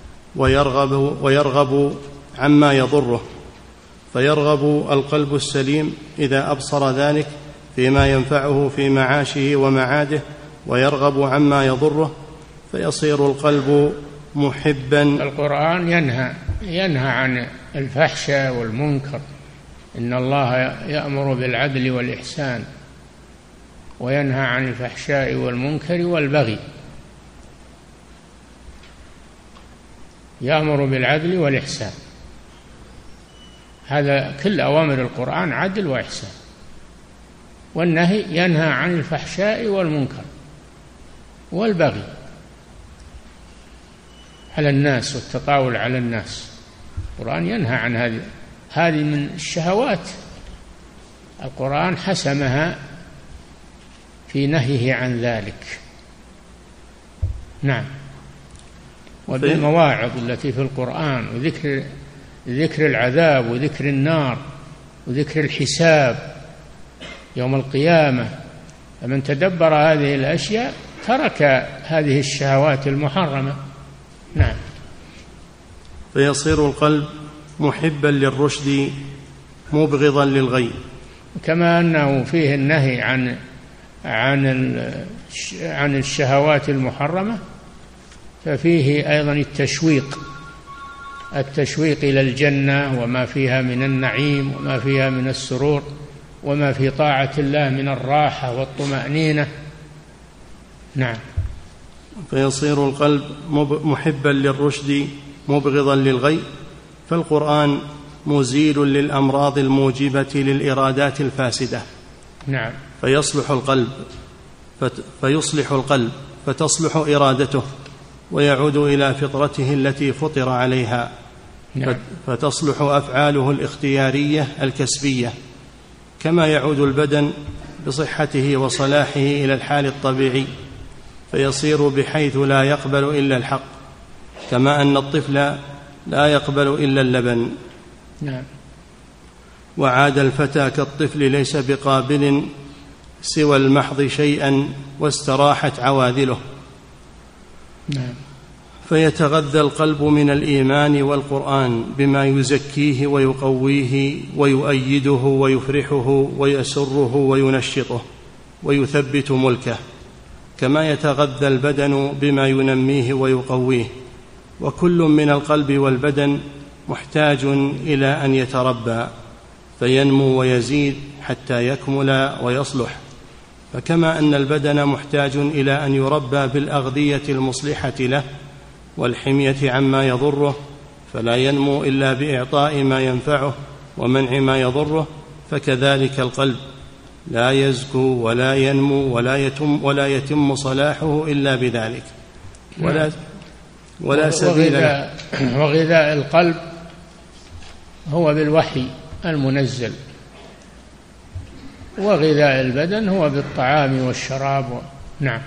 ويرغب عما يضره. فيرغب القلب السليم إذا أبصر ذلك فيما ينفعه في معاشه ومعاده، ويرغب عما يضره، فيصير القلب محبا. القرآن ينهى عن الفحشاء والمنكر، إن الله يأمر بالعدل والإحسان، وينهى عن الفحشاء والمنكر والبغي. يأمر بالعدل والإحسان، هذا كل أوامر القرآن عدل وإحسان. والنهي ينهى عن الفحشاء والمنكر والبغي على الناس والتطاول على الناس. القرآن ينهى عن هذه من الشهوات، القرآن حسمها في نهيه عن ذلك. نعم. وبالمواعظ التي في القرآن، وذكر العذاب وذكر النار وذكر الحساب يوم القيامة. فمن تدبر هذه الأشياء ترك هذه الشهوات المحرمة. نعم. فيصير القلب محبا للرشد مبغضا للغي. كما أنه فيه النهي عن الشهوات المحرمة، ففيه أيضا التشويق إلى الجنة وما فيها من النعيم وما فيها من السرور وما في طاعة الله من الراحة والطمأنينة. نعم. فيصير القلب محبا للرشد مبغضا للغي، فالقرآن مزيل للأمراض الموجبة للإرادات الفاسدة. نعم. فيصلح القلب فتصلح إرادته ويعود إلى فطرته التي فطر عليها. نعم. فتصلح أفعاله الاختيارية الكسبية، كما يعود البدن بصحته وصلاحه إلى الحال الطبيعي، فيصير بحيث لا يقبل إلا الحق، كما أن الطفل لا يقبل إلا اللبن. نعم. وعاد الفتى كالطفل ليس بقابل سوى المحض شيئا واستراحت عواذله. نعم. فيتغذى القلب من الإيمان والقرآن بما يزكيه ويقويه ويؤيده ويفرحه ويسره وينشطه ويثبت ملكه، كما يتغذى البدن بما ينميه ويقويه. وكل من القلب والبدن محتاج إلى أن يتربى فينمو ويزيد حتى يكمل ويصلح. فكما أن البدن محتاج إلى أن يربى بالأغذية المصلحة له والحمية عما يضره، فلا ينمو إلا بإعطاء ما ينفعه ومنع ما يضره، فكذلك القلب لا يزكو ولا ينمو ولا يتم صلاحه إلا بذلك، ولا سبيل له. وغذاء القلب هو بالوحي المنزل، وغذاء البدن هو بالطعام والشراب. نعم.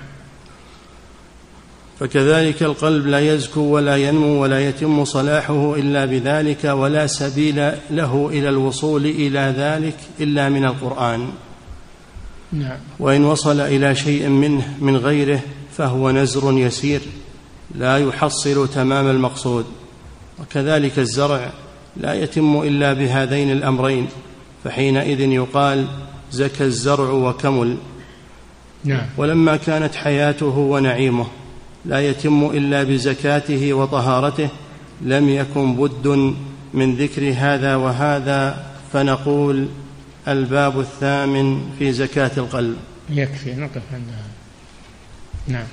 فكذلك القلب لا يزكو ولا ينمو ولا يتم صلاحه إلا بذلك، ولا سبيل له إلى الوصول إلى ذلك إلا من القرآن. نعم. وإن وصل إلى شيء منه من غيره فهو نزر يسير لا يحصل تمام المقصود. وكذلك الزرع لا يتم إلا بهذين الأمرين، فحينئذ يقال زكى الزرع وكمل. نعم. ولما كانت حياته ونعيمه لا يتم إلا بزكاته وطهارته لم يكن بد من ذكر هذا وهذا، فنقول الباب الثامن في زكاة القلب. يكفي نقف عندها. نعم.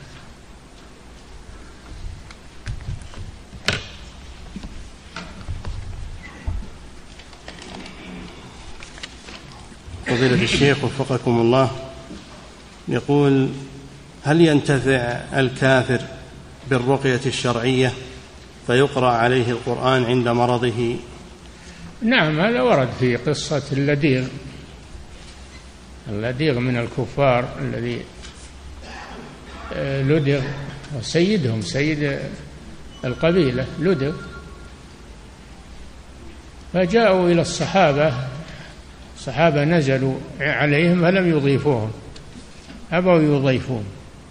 فضيلة الشيخ وفقكم الله، يقول: هل ينتفع الكافر بالرقية الشرعية فيقرأ عليه القرآن عند مرضه؟ نعم، هذا ورد في قصة اللديغ من الكفار الذي لدغ، وسيدهم سيد القبيلة لدغ، فجاءوا إلى الصحابة نزلوا عليهم فلم يضيفوهم، أبوا يضيفون،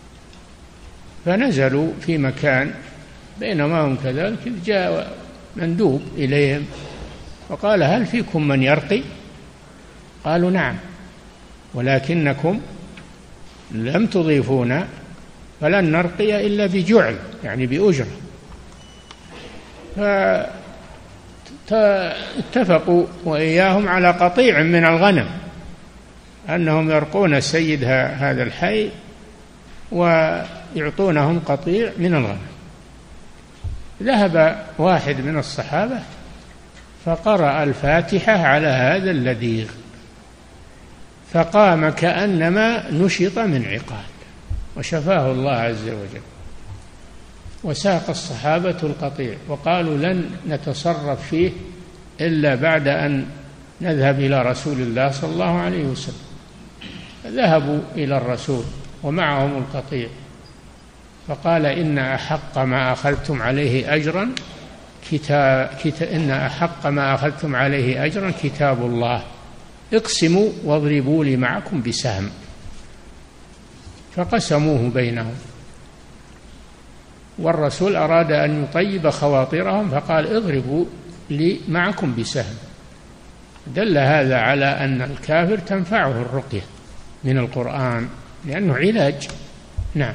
فنزلوا في مكان، بينما هم كذلك جاء مندوب إليهم وقال: هل فيكم من يرقي؟ قالوا: نعم، ولكنكم لم تضيفونا فلن نرقي إلا بجعل، يعني بأجرة. فاتفقوا وإياهم على قطيع من الغنم، أنهم يرقون سيد هذا الحي ويعطونهم قطيع من الغنم. ذهب واحد من الصحابة فقرأ الفاتحة على هذا اللديغ، فقام كأنما نشط من عقال، وشفاه الله عز وجل. وساق الصحابة القطيع وقالوا: لن نتصرف فيه إلا بعد أن نذهب إلى رسول الله صلى الله عليه وسلم. ذهبوا إلى الرسول ومعهم القطيع، فقال إن أحق ما أخذتم عليه أجرا كتاب الله، اقسموا واضربوا لي معكم بسهم. فقسموه بينهم، والرسول أراد أن يطيب خواطرهم فقال اضربوا لي معكم بسهم. دل هذا على أن الكافر تنفعه الرقية من القرآن لأنه علاج. نعم.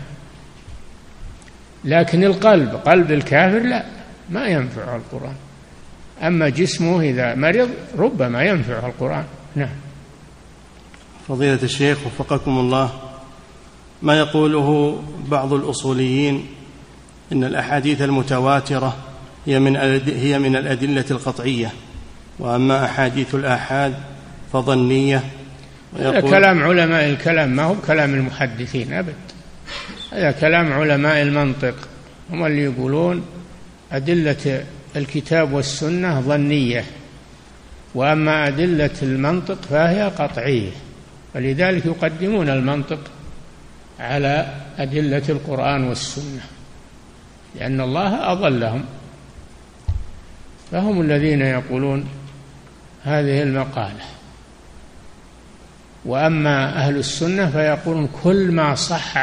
لكن قلب الكافر لا، ما ينفع القرآن، أما جسمه إذا مرض ربما ينفع القرآن. نعم. فضيلة الشيخ وفقكم الله، ما يقوله بعض الأصوليين إن الأحاديث المتواترة هي من الأدلة القطعية، وأما أحاديث الآحاد فظنية. هذا كلام علماء الكلام، ما هو كلام المحدثين أبد، هذا كلام علماء المنطق، هم اللي يقولون أدلة الكتاب والسنة ظنية، وأما أدلة المنطق فهي قطعية، ولذلك يقدمون المنطق على أدلة القرآن والسنة، لأن الله أضلهم، فهم الذين يقولون هذه المقالة. وأما أهل السنة فيقولون كل ما صح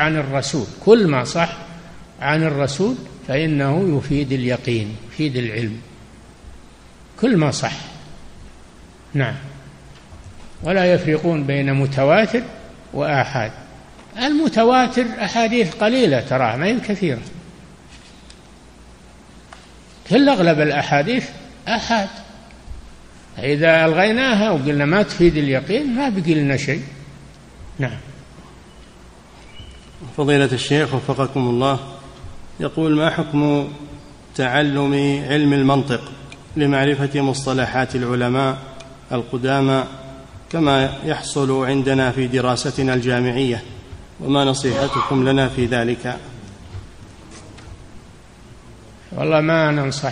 عن الرسول فإنه يفيد اليقين، يفيد العلم، كل ما صح. نعم. ولا يفرقون بين متواتر وآحاد. المتواتر أحاديث قليلة تراها، ما هي كثيرة، كل أغلب الأحاديث آحاد، إذا ألغيناها وقلنا ما تفيد اليقين ما بقي لنا شيء. نعم. فضيلة الشيخ وفقكم الله، يقول: ما حكم تعلم علم المنطق لمعرفة مصطلحات العلماء القدامى كما يحصل عندنا في دراستنا الجامعية، وما نصيحتكم لنا في ذلك؟ والله ما ننصح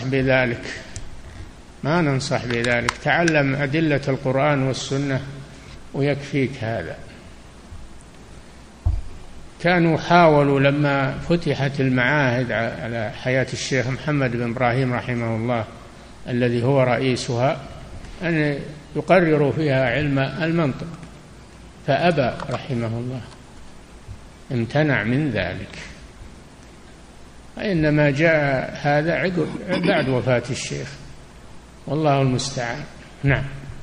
بذلك، تعلم أدلة القرآن والسنة ويكفيك هذا. كانوا حاولوا لما فتحت المعاهد على حياة الشيخ محمد بن إبراهيم رحمه الله الذي هو رئيسها أن يقرروا فيها علم المنطق، فأبى رحمه الله، امتنع من ذلك، وإنما جاء هذا بعد وفاة الشيخ، والله المستعان. نعم.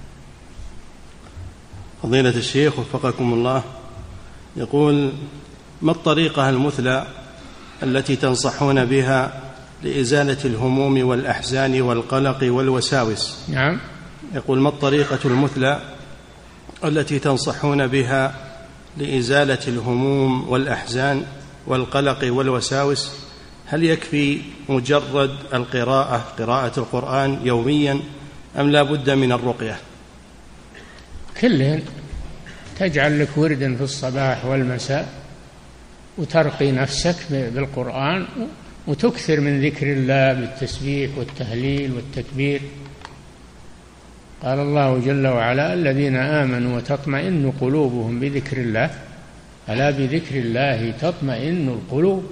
فضيلة الشيخ وفقكم الله، يقول: ما الطريقة المثلى التي تنصحون بها لإزالة الهموم والأحزان والقلق والوساوس؟ نعم. يقول: ما الطريقة المثلى التي تنصحون بها لإزالة الهموم والأحزان والقلق والوساوس؟ هل يكفي مجرد قراءة القرآن يوميا أم لا بد من الرقية؟ كلهن، تجعل لك وردا في الصباح والمساء وترقي نفسك بالقرآن وتكثر من ذكر الله بالتسبيح والتهليل والتكبير. قال الله جل وعلا: الذين آمنوا وتطمئن قلوبهم بذكر الله، ألا بذكر الله تطمئن القلوب.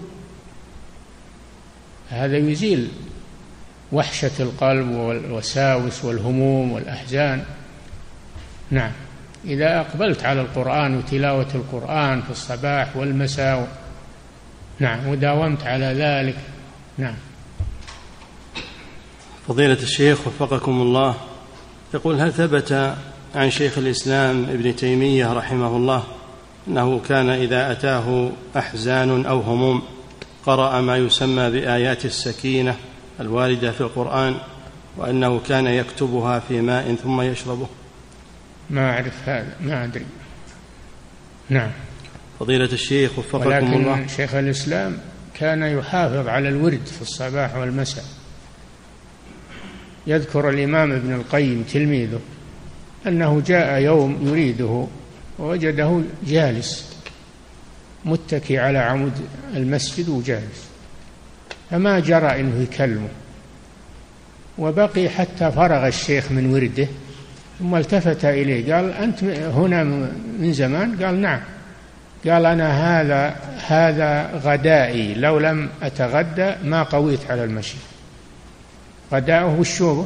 هذا يزيل وحشة القلب والوساوس والهموم والأحزان. نعم. إذا أقبلت على القرآن وتلاوة القرآن في الصباح والمساء، نعم، وداومت على ذلك. نعم. فضيلة الشيخ وفقكم الله، يقول: هل ثبت عن شيخ الإسلام ابن تيمية رحمه الله أنه كان إذا أتاه أحزان أو هموم قرأ ما يسمى بآيات السكينة الواردة في القرآن، وأنه كان يكتبها في ماء ثم يشربه؟ ما أعرف هذا، ما أدري. نعم. فضيلة الشيخ وفقكم الله، ولكن شيخ الإسلام كان يحافظ على الورد في الصباح والمساء. يذكر الإمام ابن القيم تلميذه أنه جاء يوم يريده ووجده جالس متكي على عمود المسجد وجالس، فما جرى إنه يكلمه، وبقي حتى فرغ الشيخ من ورده، ثم التفت إليه قال: أنت هنا من زمان؟ قال: نعم. قال أنا هذا غدائي، لو لم أتغدى ما قويت على المشي. غداؤه الشوبة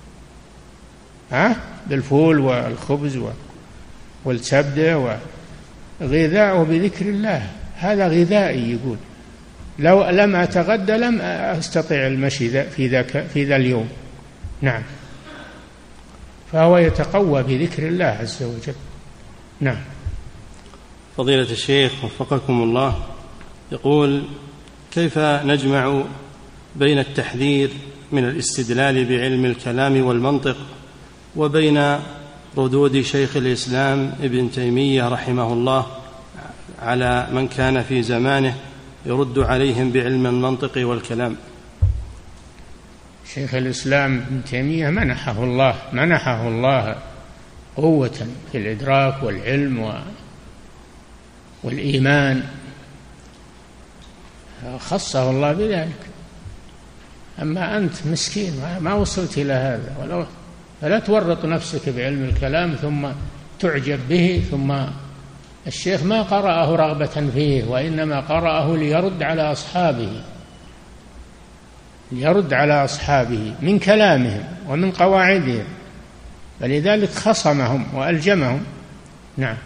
بالفول والخبز والسبدة، وغذاؤه بذكر الله، هذا غذائي. يقول لو لم أتغدى لم أستطيع المشي في ذا اليوم. نعم، فهو يتقوى بذكر الله عز وجل. نعم. فضيلة الشيخ وفقكم الله، يقول: كيف نجمع بين التحذير من الاستدلال بعلم الكلام والمنطق وبين ردود شيخ الإسلام ابن تيمية رحمه الله على من كان في زمانه يرد عليهم بعلم المنطق والكلام؟ شيخ الإسلام ابن تيمية منحه الله قوة في الإدراك والعلم والإيمان، خصه الله بذلك. أما أنت مسكين ما وصلت إلى هذا، فلا تورط نفسك بعلم الكلام ثم تعجب به. ثم الشيخ ما قرأه رغبة فيه، وإنما قرأه ليرد على أصحابه من كلامهم ومن قواعدهم، فلذلك خصمهم وألجمهم. نعم.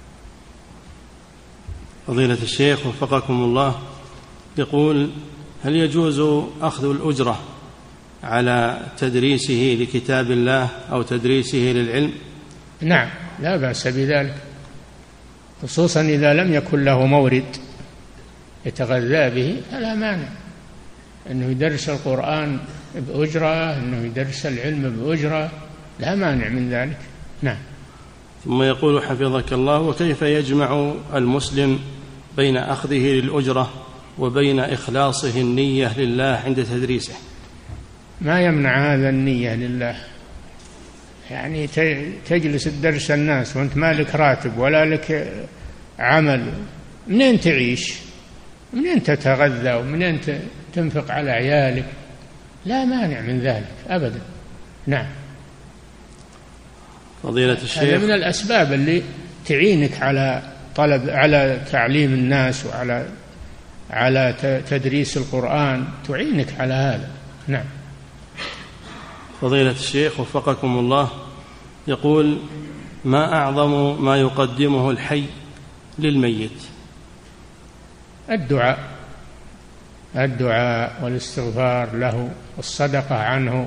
فضيلة الشيخ وفقكم الله، يقول: هل يجوز أخذ الأجرة على تدريسه لكتاب الله أو تدريسه للعلم؟ نعم، لا بأس بذلك، خصوصا إذا لم يكن له مورد يتغذى به، فلا مانع أنه يدرس القرآن بأجرة، أنه يدرس العلم بأجرة، لا مانع من ذلك. نعم. ثم يقول حفظك الله: وكيف يجمع المسلم بين أخذه للأجرة وبين إخلاصه النية لله عند تدريسه؟ ما يمنع هذا النية لله، يعني تجلس تدرس الناس وأنت مالك راتب ولا لك عمل، منين تعيش؟ منين تتغذى؟ ومنين تنفق على عيالك؟ لا مانع من ذلك أبدا. نعم. فضيلة الشيخ، هذا من الأسباب اللي تعينك على تعليم الناس على تدريس القرآن، تعينك على هذا. نعم. فضيلة الشيخ وفقكم الله، يقول: ما أعظم ما يقدمه الحي للميت؟ الدعاء والاستغفار له والصدقة عنه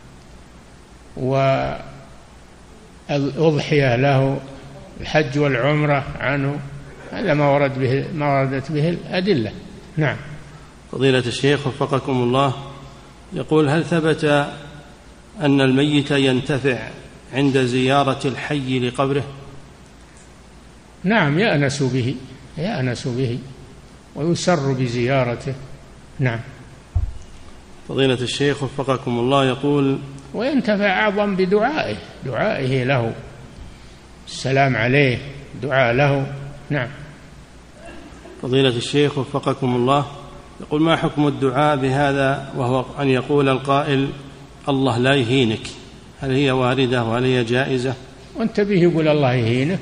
والأضحية له، الحج والعمرة عنه، هذا ما وردت به الأدلة. نعم. فضيلة الشيخ وفقكم الله، يقول: هل ثبت أن الميت ينتفع عند زيارة الحي لقبره؟ نعم، يأنس به ويسر بزيارته. نعم. فضيلة الشيخ وفقكم الله، يقول: وينتفع أعظم دعائه له، السلام عليه، دعاء له. نعم. فضيلة الشيخ وفقكم الله، يقول: ما حكم الدعاء بهذا وهو أن يقول القائل: الله لا يهينك؟ هل هي واردة وهل هي جائزة؟ وانت به يقول الله يهينك؟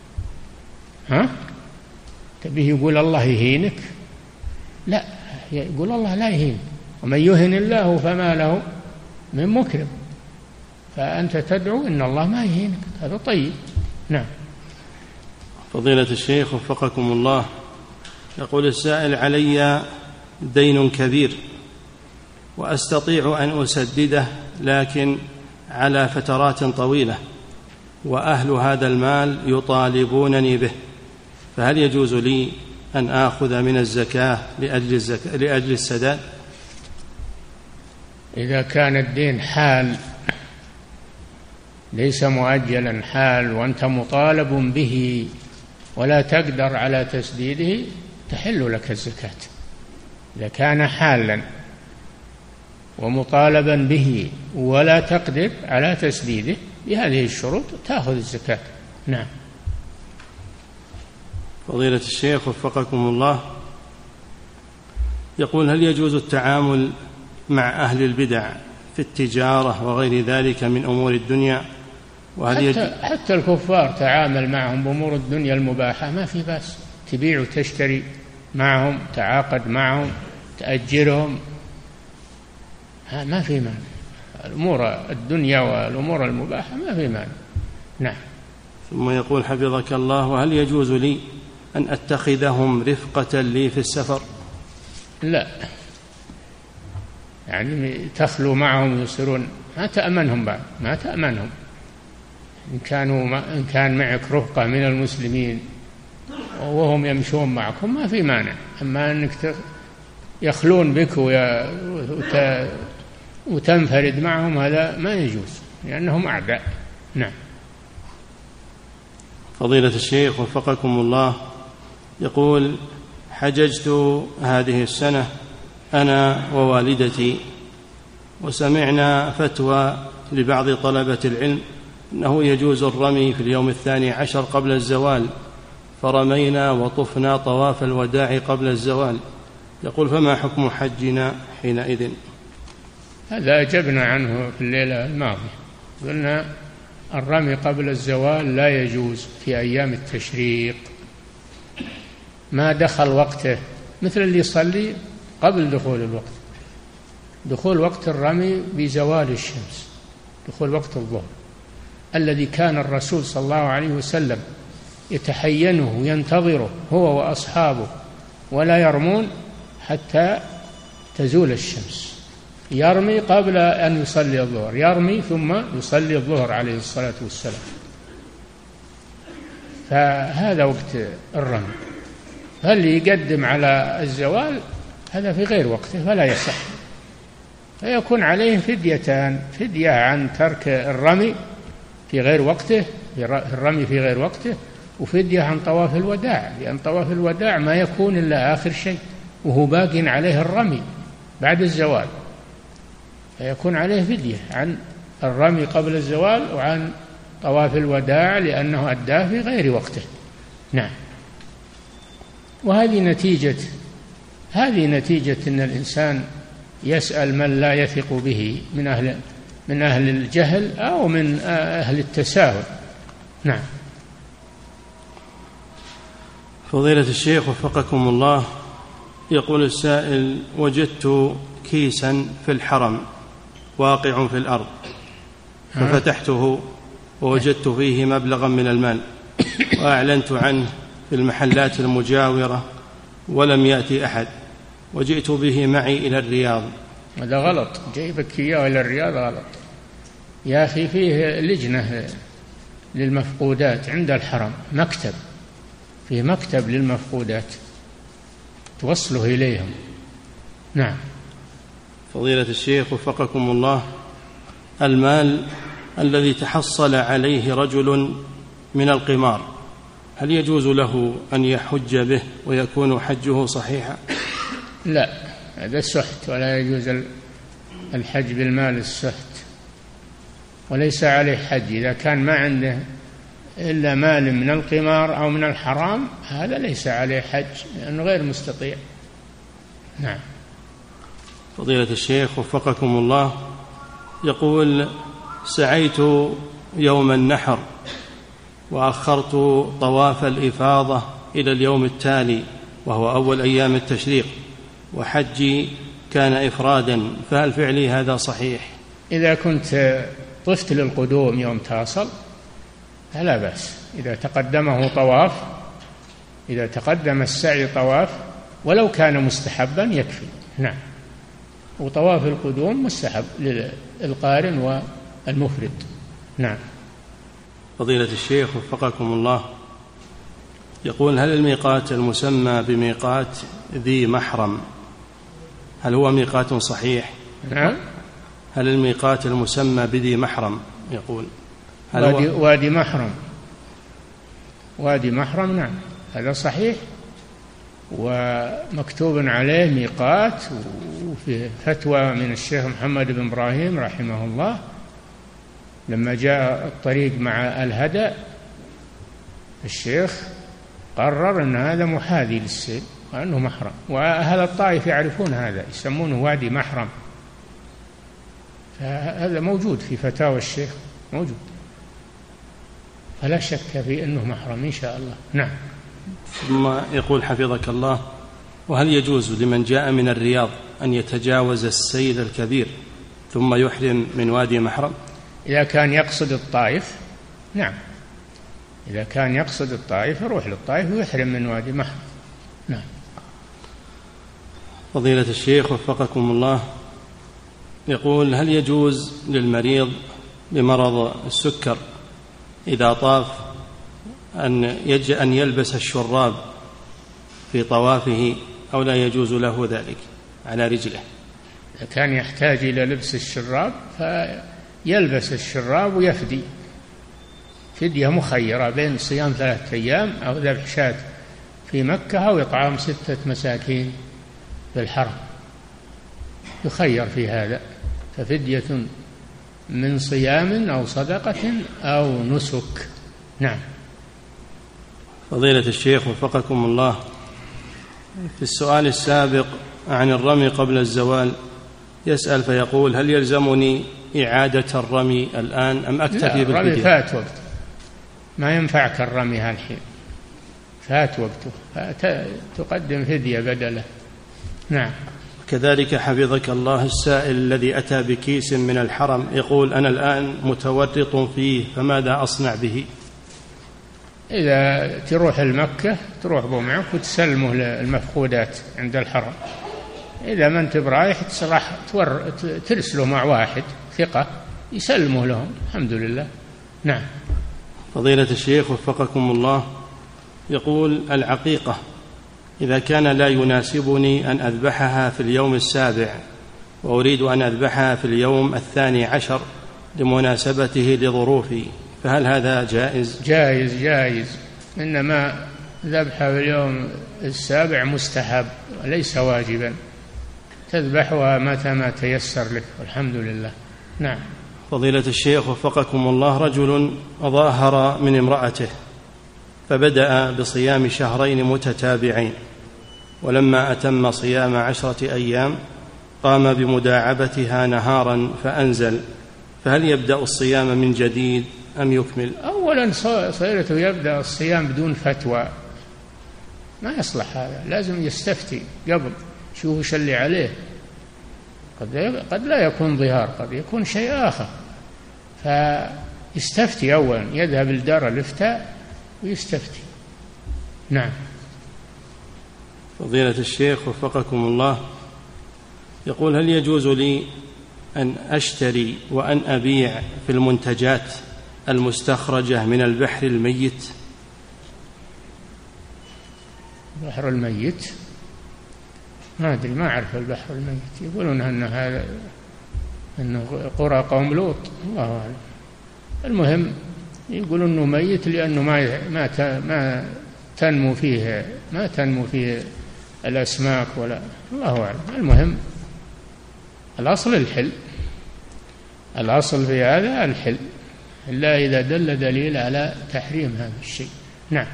تبيه يقول الله يهينك؟ لا، يقول الله لا يهين، ومن يهن الله فما له من مكرم، فأنت تدعو إن الله ما يهينك، هذا طيب. نعم. فضيلة الشيخ وفقكم الله، يقول السائل: علي دين كبير وأستطيع أن أسدده، لكن على فترات طويلة، وأهل هذا المال يطالبونني به، فهل يجوز لي أن آخذ من الزكاة لأجل السداد؟ إذا كان الدين حال ليس مؤجلا، حال وأنت مطالب به ولا تقدر على تسديده، تحل لك الزكاة. إذا كان حالا ومطالبا به ولا تقدر على تسديده بهذه الشروط، تأخذ الزكاة. نعم. فضيلة الشيخ وفقكم الله، يقول: هل يجوز التعامل مع أهل البدع في التجارة وغير ذلك من أمور الدنيا؟ حتى الكفار تعامل معهم بأمور الدنيا المباحة، ما في بأس. تبيع وتشتري معهم، تعاقد معهم، تأجرهم، ما في مانع. الأمور الدنيا والأمور المباحة ما في مانع. نعم. ثم يقول حفظك الله: وهل يجوز لي أن أتخذهم رفقة لي في السفر؟ لا، يعني تخلو معهم يصيرون ما تأمنهم بعد، ما تأمنهم. إن كان معك رفقة من المسلمين وهم يمشون معكم ما في مانع، أما أنك يخلون بك وتنفرد معهم هذا ما يجوز، لأنهم أعداء. نعم. فضيلة الشيخ وفقكم الله، يقول: حججت هذه السنة أنا ووالدتي، وسمعنا فتوى لبعض طلبة العلم أنه يجوز الرمي في اليوم 12 قبل الزوال، فرمينا وطفنا طواف الوداع قبل الزوال. يقول: فما حكم حجنا حينئذ؟ هذا أجبنا عنه في الليلة الماضية، قلنا الرمي قبل الزوال لا يجوز في أيام التشريق ما دخل وقته، مثل اللي يصلي قبل دخول الوقت. دخول وقت الرمي بزوال الشمس، دخول وقت الظهر الذي كان الرسول صلى الله عليه وسلم يتحينه وينتظره هو وأصحابه ولا يرمون حتى تزول الشمس. يرمي قبل أن يصلي الظهر، يرمي ثم يصلي الظهر عليه الصلاة والسلام. فهذا وقت الرمي. فاللي يقدم على الزوال هذا في غير وقته فلا يصح، فيكون عليه فديتان: فدية عن ترك الرمي في غير وقته، الرمي في غير وقته، وفدية عن طواف الوداع، لأن طواف الوداع ما يكون إلا آخر شيء وهو باق عليه الرمي بعد الزوال، فيكون عليه فدية عن الرمي قبل الزوال وعن طواف الوداع لأنه أداه في غير وقته. نعم. وهذه نتيجة أن الإنسان يسأل من لا يثق به من أهل الجهل أو من أهل التساهل. نعم. فضيلة الشيخ وفقكم الله، يقول السائل: وجدت كيسا في الحرم واقع في الأرض، ففتحته ووجدت فيه مبلغا من المال، وأعلنت عنه في المحلات المجاورة ولم يأتي أحد، وجئت به معي إلى الرياض. هذا غلط، جايبك إياه إلى الرياض غلط يا أخي. فيه لجنة للمفقودات عند الحرم، فيه مكتب للمفقودات توصله إليهم. نعم. فضيلة الشيخ وفقكم الله، المال الذي تحصل عليه رجل من القمار هل يجوز له أن يحج به ويكون حجه صحيحا؟ لا، هذا السحت، ولا يجوز الحج بالمال السحت، وليس عليه حج. إذا كان ما عنده إلا مال من القمار أو من الحرام هذا ليس عليه حج لأنه غير مستطيع. نعم. فضيلة الشيخ وفقكم الله، يقول: سعيت يوم النحر وأخرت طواف الإفاضة إلى اليوم التالي وهو أول أيام التشريق، وحجي كان إفرادا، فهل فعلي هذا صحيح؟ إذا كنت طفت للقدوم يوم تصل فلا بأس. إذا تقدمه طواف، إذا تقدم السعي طواف ولو كان مستحبا يكفي. نعم. وطواف القدوم مستحب للقارن والمفرد. نعم. فضيلة الشيخ وفقكم الله، يقول: هل الميقات المسمى بميقات ذي محرم هل هو ميقات صحيح؟ نعم. هل الميقات المسمى بذي محرم، يقول هل وادي محرم نعم هذا صحيح، ومكتوب عليه ميقات، وفي فتوى من الشيخ محمد بن إبراهيم رحمه الله لما جاء الطريق مع الهدى، الشيخ قرر أن هذا محاذي للسيل وأنه محرم، وأهل الطائف يعرفون هذا، يسمونه وادي محرم. فهذا موجود في فتاوى الشيخ، موجود، فلا شك في أنه محرم إن شاء الله. نعم. ثم يقول حفظك الله: وهل يجوز لمن جاء من الرياض أن يتجاوز السيل الكبير ثم يحرم من وادي محرم؟ إذا كان يقصد الطائف نعم، إذا كان يقصد الطائف يروح للطائف ويحرم من وادي محرم. نعم. فضيلة الشيخ وفقكم الله، يقول: هل يجوز للمريض بمرض السكر إذا طاف أن يلبس الشراب في طوافه أو لا يجوز له ذلك على رجله؟ إذا كان يحتاج إلى لبس الشراب فيلبس الشراب ويفدي فدية مخيرة بين صيام 3 أيام أو ذبح شاة في مكة أو إطعام 6 مساكين في الحرم، يخير في هذا، ففدية من صيام أو صدقة أو نسك. نعم. فضيلة الشيخ وفقكم الله، في السؤال السابق عن الرمي قبل الزوال يسأل فيقول: هل يلزمني إعادة الرمي الآن أم أكتفي بالفدية؟ الرمي فات وقته، ما ينفعك الرمي هالحين، فات وقته، فتقدم فدية بدله. نعم. كذلك حفظك الله السائل الذي أتى بكيس من الحرم يقول: أنا الآن متورط فيه فماذا أصنع به؟ إذا تروح المكة تروح به معك وتسلمه المفقودات عند الحرم، إذا ما أنت برايح ترسله مع واحد ثقة يسلمه لهم. الحمد لله. نعم. فضيلة الشيخ وفقكم الله، يقول: العقيقة إذا كان لا يناسبني أن أذبحها في اليوم 7 وأريد أن أذبحها في اليوم 12 لمناسبته لظروفي، فهل هذا جائز؟ جائز، إنما ذبحها في اليوم 7 مستحب وليس واجبا، تذبحها متى ما تيسر لك، والحمد لله. نعم. فضيلة الشيخ وفقكم الله، رجل ظاهر من امرأته فبدأ بصيام 2 شهرين متتابعين، ولما أتم صيام 10 أيام قام بمداعبتها نهارا فأنزل، فهل يبدأ الصيام من جديد أم يكمل؟ أولا صيرته يبدأ الصيام بدون فتوى، ما يصلح هذا، لازم يستفتي قبل، شوف وش اللي عليه، قد لا يكون ظهار، قد يكون شيء آخر، فيستفتي أولا، يذهب لدار الإفتاء ويستفتي. نعم. فضيلة الشيخ وفقكم الله، يقول: هل يجوز لي أن أشتري وأن أبيع في المنتجات المستخرجة من البحر الميت؟ البحر الميت ما أدري، ما أعرف البحر الميت، يقولون أنه قرى قوم لوط، الله أعلم. المهم يقولون أنه ميت لأنه ما تنمو فيه الأسماك ولا، الله أعلم. المهم الأصل الحل، الأصل في هذا الحل، إلا إذا دل دليل على تحريم هذا الشيء. نعم.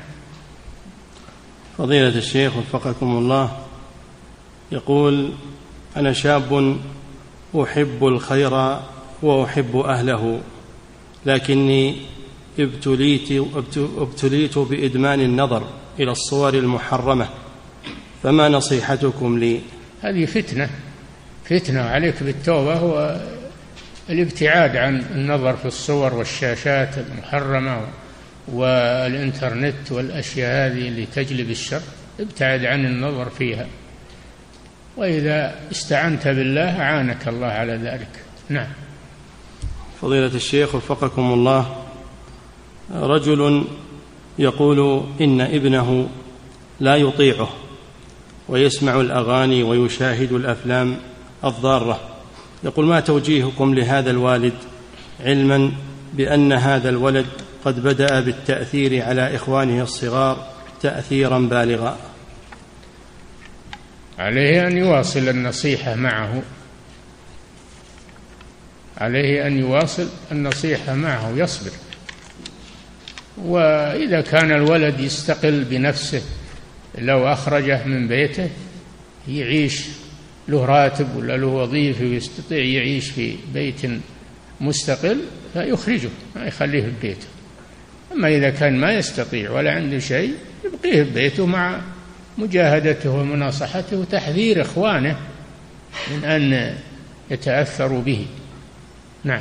فضيلة الشيخ وفقكم الله، يقول: أنا شاب أحب الخير وأحب أهله، لكني ابتليت بإدمان النظر إلى الصور المحرمة، فما نصيحتكم لي؟ هذه فتنة عليك بالتوبة، والابتعاد عن النظر في الصور والشاشات المحرمة والإنترنت والأشياء هذه اللي تجلب الشر، ابتعد عن النظر فيها، وإذا استعنت بالله أعانك الله على ذلك. نعم. فضيلة الشيخ وفقكم الله، رجل يقول إن ابنه لا يطيعه ويسمع الأغاني ويشاهد الأفلام الضارة، يقول: ما توجيهكم لهذا الوالد، علما بأن هذا الولد قد بدأ بالتأثير على إخوانه الصغار تأثيرا بالغا؟ عليه أن يواصل النصيحة معه، يصبر، وإذا كان الولد يستقل بنفسه، لو أخرجه من بيته يعيش له راتب ولا له وظيفة ويستطيع يعيش في بيت مستقل فيخرجه، ما يخليه في بيته. أما إذا كان ما يستطيع ولا عنده شيء يبقيه ببيته مع مجاهدته ومناصحته وتحذير إخوانه من أن يتأثروا به. نعم.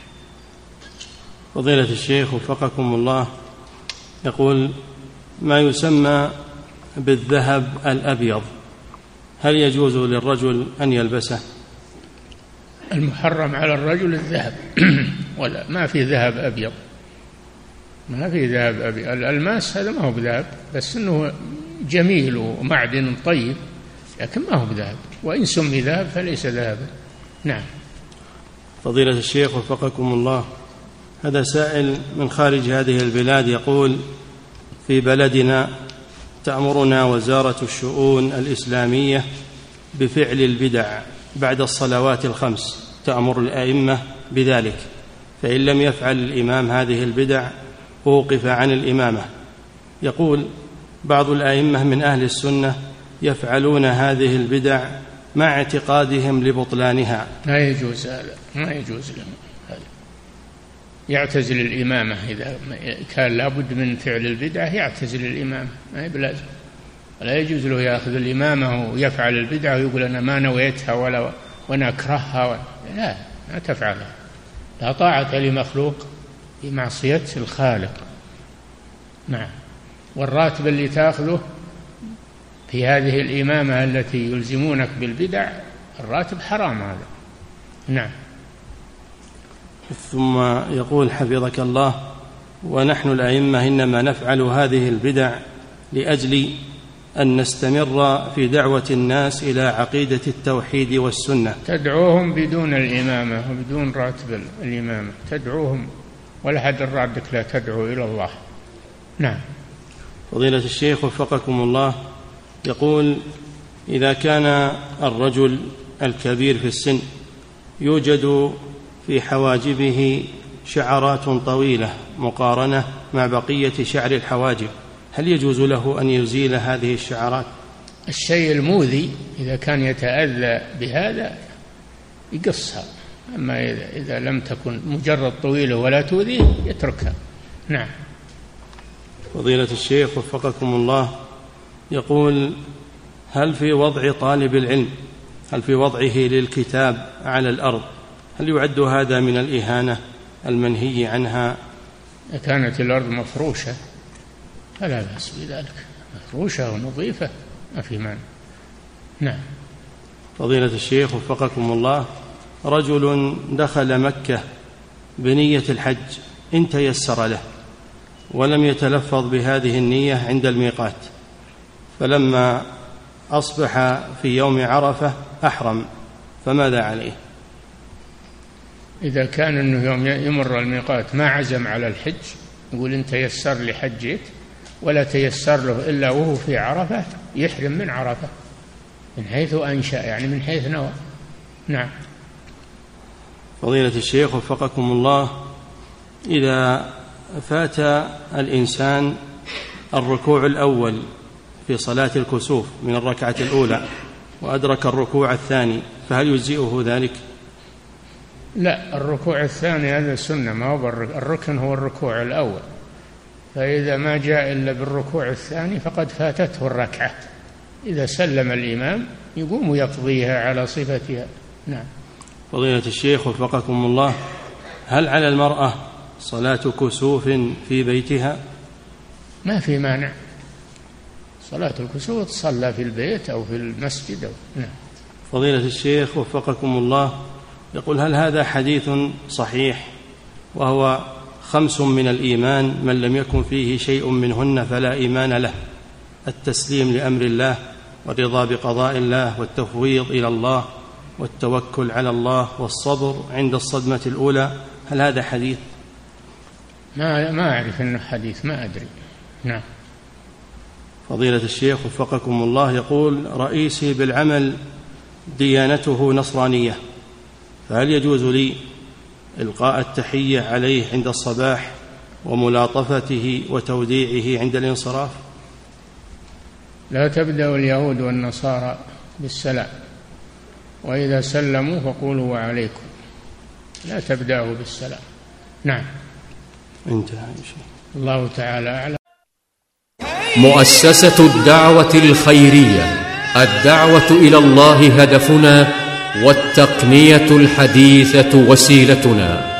فضيلة الشيخ وفقكم الله، يقول: ما يسمى بالذهب الأبيض هل يجوز للرجل أن يلبسه؟ المحرم على الرجل الذهب ولا ما في ذهب أبيض، ما في ذهب أبيض. الألماس هذا ما هو بذهب، بس إنه جميل ومعدن طيب، لكن ما هو بذهب، وإن سمي ذهب فليس ذهبا. نعم. فضيلة الشيخ وفقكم الله، هذا سائل من خارج هذه البلاد يقول: في بلدنا تأمرنا وزارة الشؤون الإسلامية بفعل البدع بعد الصلوات الخمس، تأمر الأئمة بذلك، فإن لم يفعل الإمام هذه البدع أوقف عن الإمامة. يقول: بعض الأئمة من أهل السنة يفعلون هذه البدع مع اعتقادهم لبطلانها. لا يجوز هذا، ما يجوز له هذا، يعتزل الإمامة. إذا كان لابد من فعل البدعة يعتزل الإمامة، ما بلازم. لا يجوز له يأخذ الإمامة ويفعل البدعة ويقول أنا ما نويتها وأنا أكرهها لا، ما تفعلها. لا طاعة لمخلوق في معصية الخالق. نعم. والراتب اللي تأخذه في هذه الإمامة التي يلزمونك بالبدع الراتب حرام هذا. نعم. ثم يقول حفظك الله: ونحن الأئمة إنما نفعل هذه البدع لأجل أن نستمر في دعوة الناس إلى عقيدة التوحيد والسنة. تدعوهم بدون الإمامة وبدون راتب الإمامة، تدعوهم ولا حد رادك لا تدعو إلى الله. نعم. فضيلة الشيخ وفقكم الله، يقول: إذا كان الرجل الكبير في السن يوجد في حواجبه شعرات طويلة مقارنة مع بقية شعر الحواجب، هل يجوز له أن يزيل هذه الشعرات؟ الشيء المؤذي إذا كان يتأذى بهذا يقصها، أما إذا لم تكن مجرد طويلة ولا تؤذيه يتركها. نعم. فضيلة الشيخ وفقكم الله، يقول: هل في وضع طالب العلم، هل في وضعه للكتاب على الأرض، هل يعد هذا من الإهانة المنهي عنها؟ إذا كانت الأرض مفروشة فلا بأس بذلك، مفروشة ونظيفة ما في مانع. نعم. فضيلة الشيخ وفقكم الله، رجل دخل مكة بنية الحج إن تيسر له ولم يتلفظ بهذه النية عند الميقات، فلما أصبح في يوم عرفة أحرم، فماذا عليه؟ إذا كان أنه يوم يمر الميقات ما عزم على الحج، يقول إن تيسر لي حجيت، ولا تيسر له إلا وهو في عرفة، يحرم من عرفة من حيث أنشأ، يعني من حيث نوى. نعم. فضيلة الشيخ وفقكم الله، إذا فات الإنسان الركوع الأول في صلاة الكسوف من الركعة الأولى وأدرك الركوع الثاني، فهل يجزئه ذلك؟ لا، الركوع الثاني هذا سنة، ما هو الركن هو الركوع الأول، فإذا ما جاء إلا بالركوع الثاني فقد فاتته الركعة. إذا سلم الإمام يقوم يقضيها على صفتها. نعم. فضيلة الشيخ وفقكم الله، هل على المرأة صلاة كسوف في بيتها؟ ما في مانع، صلاة الكسوف تصلى في البيت أو في المسجد نعم. فضيلة الشيخ وفقكم الله، يقول: هل هذا حديث صحيح وهو 5 من الإيمان من لم يكن فيه شيء منهن فلا إيمان له: التسليم لأمر الله، والرضا بقضاء الله، والتفويض إلى الله، والتوكل على الله، والصبر عند الصدمة الأولى، هل هذا حديث؟ ما أعرف أنه حديث، ما أدري. نعم. فضيلة الشيخ وفقكم الله، يقول: رئيسي بالعمل ديانته نصرانية، فهل يجوز لي إلقاء التحية عليه عند الصباح وملاطفته وتوديعه عند الانصراف؟ لا تبدأ اليهود والنصارى بالسلام، وإذا سلموا فقولوا وعليكم، لا تبدأه بالسلام. نعم. انتهى. الله تعالى أعلم. مؤسسة الدعوة الخيرية، الدعوة إلى الله هدفنا، والتقنية الحديثة وسيلتنا.